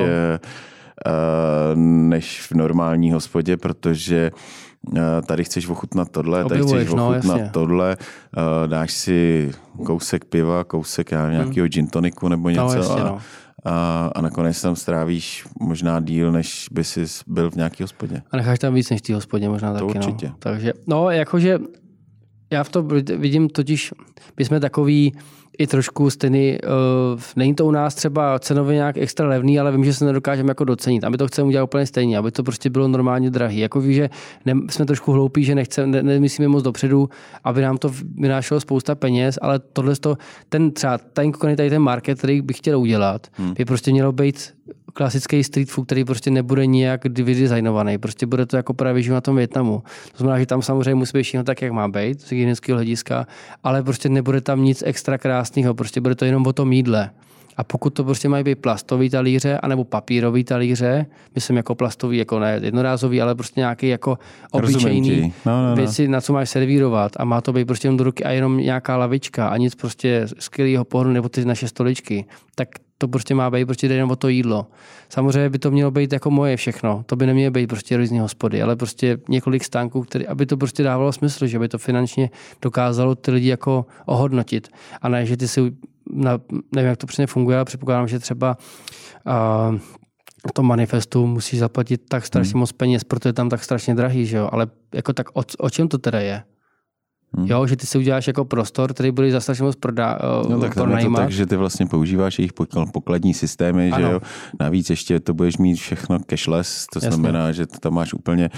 než v normální hospodě, protože tady chceš ochutnat tohle, tady chceš ochutnat no, tohle, dáš si kousek piva, kousek nějakého hmm. gin toniku nebo něco no, jasně, no. a, a nakonec tam strávíš možná díl, než by si byl v nějaký hospodě. A necháš tam víc než v té hospodě možná to taky. Určitě. No. Takže, no, jakože já v tom vidím totiž, my jsme takový i trošku stejný, uh, není to u nás třeba cenově nějak extra levný, ale vím, že se nedokážeme jako docenit. A my to chceme udělat úplně stejně, aby to prostě bylo normálně drahý. Jako víš, že ne, jsme trošku hloupí, že nechceme, ne, nemyslíme moc dopředu, aby nám to vynášelo spousta peněz, ale tohle to, ten třeba ten, tady ten market, který bych chtěl udělat, hmm. by prostě mělo být klasický street food, který prostě nebude nijak vydesignovaný. Prostě bude to jako právě žiju na tom Vietnamu. To znamená, že tam samozřejmě musí být všechno tak, jak má být, z hygienického hlediska, ale prostě nebude tam nic extra krásného, prostě bude to jenom o tom jídle. A pokud to prostě mají být plastový talíře, anebo papírový talíře, myslím jako plastový, jako ne jednorázový, ale prostě nějaký jako obyčejný no, no, no. věci, na co máš servírovat a má to být prostě jenom do ruky a jenom nějaká lavička a nic prostě skvělého pohledu nebo ty naše stoličky, tak to prostě má být prostě jenom o to jídlo. Samozřejmě by to mělo být jako moje všechno. To by nemělo být prostě různý hospody, ale prostě několik stánků, který, aby to prostě dávalo smysl, že by to finančně dokázalo ty lidi jako ohodnotit. A ne, že ty si na, nevím, jak to přesně funguje, ale předpokládám, že třeba uh, v tom manifestu musíš zaplatit tak strašně hmm. moc peněz, protože je tam tak strašně drahý, že jo? Ale jako tak o, o čem to teda je? Hmm. Jo, že ty si uděláš jako prostor, který bude za strašně moc prodá, no, tak pronajímat. Tak, že ty vlastně používáš jejich pokladní systémy, ano. že jo. Navíc ještě to budeš mít všechno cashless, to Jasně. znamená, že to tam máš úplně,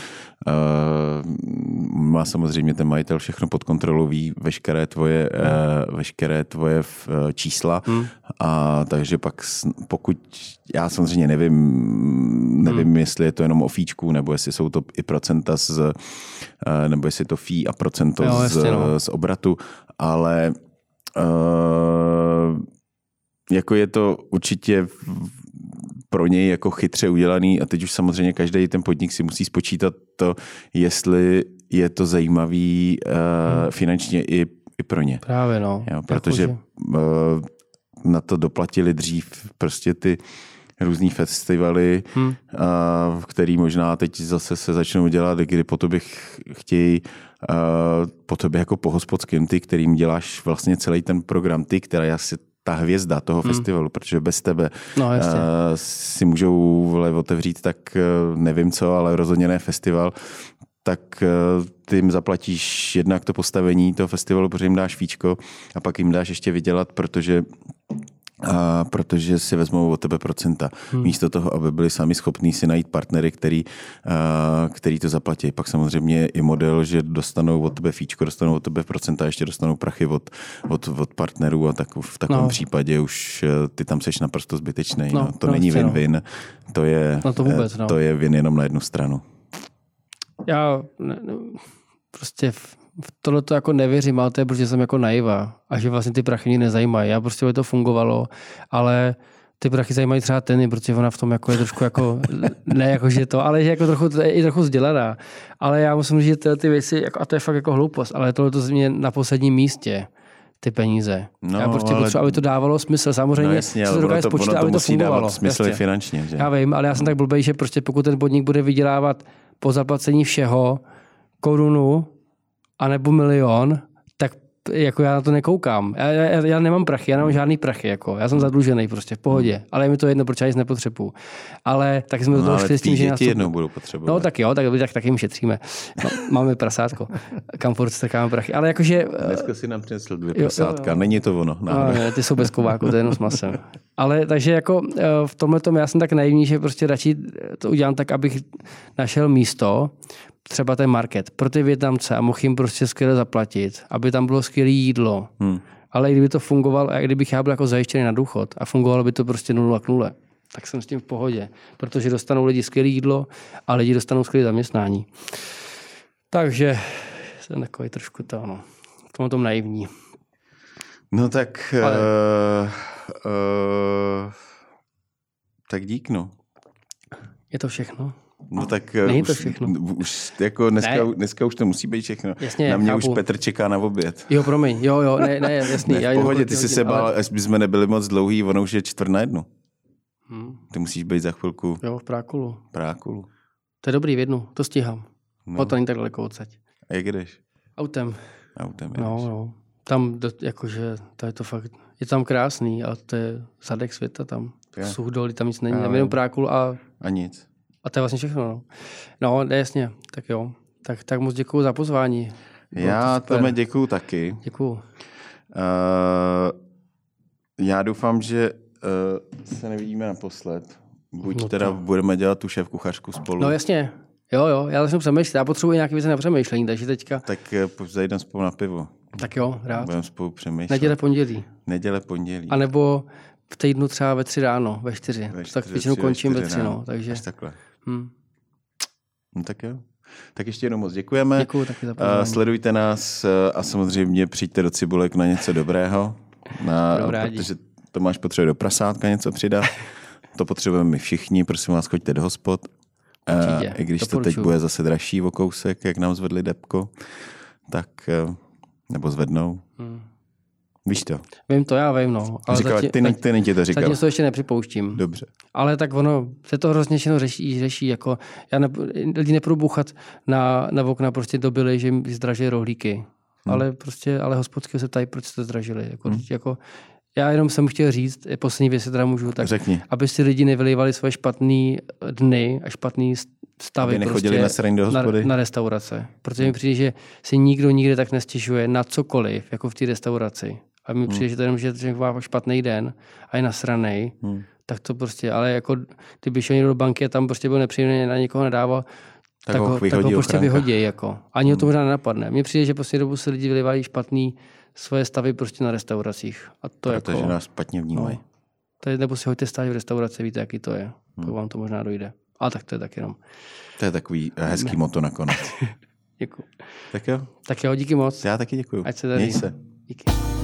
uh, má samozřejmě ten majitel všechno pod kontrolou, ví veškeré tvoje, uh, veškeré tvoje uh, čísla hmm. a takže pak pokud, já samozřejmě nevím, nevím, hmm. jestli je to jenom o fíčku, nebo jestli jsou to i procenta z, uh, nebo jestli je to fee a procento jo, z, no. z obratu, ale uh, jako je to určitě pro něj jako chytře udělaný a teď už samozřejmě každý ten podnik si musí spočítat to, jestli je to zajímavý uh, hmm. finančně i, i pro ně. Právě no. Jo, protože uh, na to doplatili dřív prostě ty různý festivaly, hmm. uh, který možná teď zase se začnou dělat, kdy po tobě chtějí uh, po tobě jako po hospodským ty, kterým děláš vlastně celý ten program, ty, která je asi ta hvězda toho hmm. festivalu, protože bez tebe no, uh, si můžou vole, otevřít tak uh, nevím co, ale rozhodně ne festival, tak uh, ty jim zaplatíš jednak to postavení toho festivalu, protože jim dáš víčko a pak jim dáš ještě vydělat, protože A protože si vezmou od tebe procenta. Hmm. Místo toho, aby byli sami schopní si najít partnery, který, a, který to zaplatí. Pak samozřejmě je model, že dostanou od tebe fíčko, dostanou od tebe procenta, ještě dostanou prachy od, od, od partnerů a tak v takovém no. případě už ty tam seš naprosto zbytečný. No, no. To no, není win-win. No. To je, no to, vůbec, no. to je win jenom na jednu stranu. Já ne, ne, prostě v, v tohle to jako nevěřím, ale to je, protože jsem jako naiva a že vlastně ty prachy mě nezajímají. Já prostě by to fungovalo, ale ty prachy zajímají třeba Teny, protože ona v tom jako je trošku jako, ne jako že to, ale že jako trochu, je i trochu vzdělaná. Ale já musím říct, že ty věci, jako, a to je fakt jako hloupost, ale tohle to je na posledním místě. Ty peníze. No, já prostě ale... potřebuji, aby to dávalo smysl. Samozřejmě no jasně, se to dokáže spočítat, aby to fungovalo. Smysl je finančně. Že? Já vím, ale já jsem tak blbej, že prostě pokud ten podnik bude vydělávat po zaplacení všeho korunu anebo milion, tak jako já na to nekoukám. Já, já, já nemám prachy, já nemám žádný prachy. Jako. Já jsem zadlužený prostě v pohodě. Ale je mi to jedno, proč já nic nepotřebuju. Ale tak jsme do toho no, šli s tím, že nás to... jednou budou potřebovat. No tak jo, tak, tak, tak jim šetříme. No, máme prasátko, kam furt strkáme prachy. Ale jakože... Dneska si nám přinesl dvě prasátka, není to ono. No, ne, ty jsou bez kováku, to je jenom s masem. Ale takže jako v tomhletom já jsem tak naivní, že prostě radši to udělám tak, abych našel místo, třeba ten market pro ty Vietnamce a mohl jim prostě skvěle zaplatit, aby tam bylo skvělé jídlo. Hmm. Ale kdyby to fungovalo, a kdybych já byl jako zajištěný na důchod a fungovalo by to prostě nula k nule, tak jsem s tím v pohodě. Protože dostanou lidi skvělé jídlo a lidi dostanou skvělé zaměstnání. Takže jsem takový trošku to, no, v tom tom naivní. No tak Ale... uh, uh, tak dík, no. Je to všechno? No tak Není už, to všechno. Už jako dneska, dneska už to musí být všechno. Jasně, na mě chápu. už Petr čeká na oběd. Jo, promiň, jo, jo, ne, ne, jasný. Ne, v já pohodě, ty jsi se bál, ale... až bychom nebyli moc dlouhý, ono už je čtvrt na jednu. Hmm. Ty musíš být za chvilku. Jo, v Prákulu. Prákulu. To je dobrý v jednu, to stíhám. No. O to není tak daleko odsaď. A jak jdeš? Autem. Autem jdeš. No, no. Tam, jakože, to je to fakt, je tam krásný, ale to je zadek světa tam. Suchdolí, tam nic není, tam jenom Prákul a... A nic. A to je vlastně všechno, no. No, jasně, tak jo. Tak, tak moc děkuju za pozvání. Bylo já to Tome děkuju taky. Děkuju. Uh, já doufám, že uh, se nevidíme naposled. Buď no teda to... budeme dělat tu šéf kuchařku spolu. No jasně. Jo, jo, já začnu přemýšlet. Já potřebuji nějaké věci na přemýšlení, takže teďka... Tak uh, zajdeme spolu na pivo. Tak jo, rád. Budeme spolu přemýšlet. Neděle, pondělí. Neděle, pondělí. A nebo v týdnu třeba ve tři ráno, ve čtyři. Ve čtyři tak většinou končím ve tři, no. Takže... Až takhle. Hmm. No tak jo. Tak ještě jednou moc děkujeme. Děkuju taky za pozvání. Uh, sledujte nás a samozřejmě přijďte do Cibulek na něco dobrého. Na, protože Tomáš potřebuje do prasátka něco přidat. To potřebujeme my všichni. Prosím vás, choďte do hospod. Uh, I když to teď bude zase dražší o kousek, jak nám zvedli depko, tak uh, nebo zvednou. Hmm. Víš to? Vím to, já vím, no. Ale říkal, zatím, ty, ne, ty ti to říkal. Zatím to ještě nepřipouštím. Dobře. Ale tak ono, se to hrozně všechno řeší, řeší jako, já ne, lidi nepůjdu bouchat na, na okna prostě dobili, že jim zdražili rohlíky. Hmm. Ale prostě, ale hospodského se ptají, proč jste zdražili. Jako, hmm. jako, já jenom jsem chtěl říct, poslední věc, teda můžu, tak Řekni. Aby si lidi nevylívali svoje špatné dny a špatný stavy aby nechodili prostě na, do hospody. Na, na restaurace. Protože mi přijde, že si nikdo nikde tak nestěžuje na cokoliv, jako v té restauraci. A mi přijde, hmm. že to jenom, že to má špatný den a je nasranej, hmm. tak to prostě, ale jako kdyby šel někdo do banky a tam prostě byl nepříjemný, na někoho nedával, tak, tak, ho, tak ho prostě vyhodí. Jako. Ani hmm. ho to možná nenapadne. Mně přijde, že prostě dobu se lidi vylivají špatný svoje stavy prostě na restauracích. A to protože jako, nás špatně vnímají. No, to je, nebo si hoďte stát v restauraci, víte, jaký to je. Hmm. To vám to možná dojde. A tak to je tak jenom. To je takový hezký ne. moto nakonec. Děkuji. Tak jo. Tak jo, díky moc. Já taky děkuju. Ať se daří. Měj se. Díky.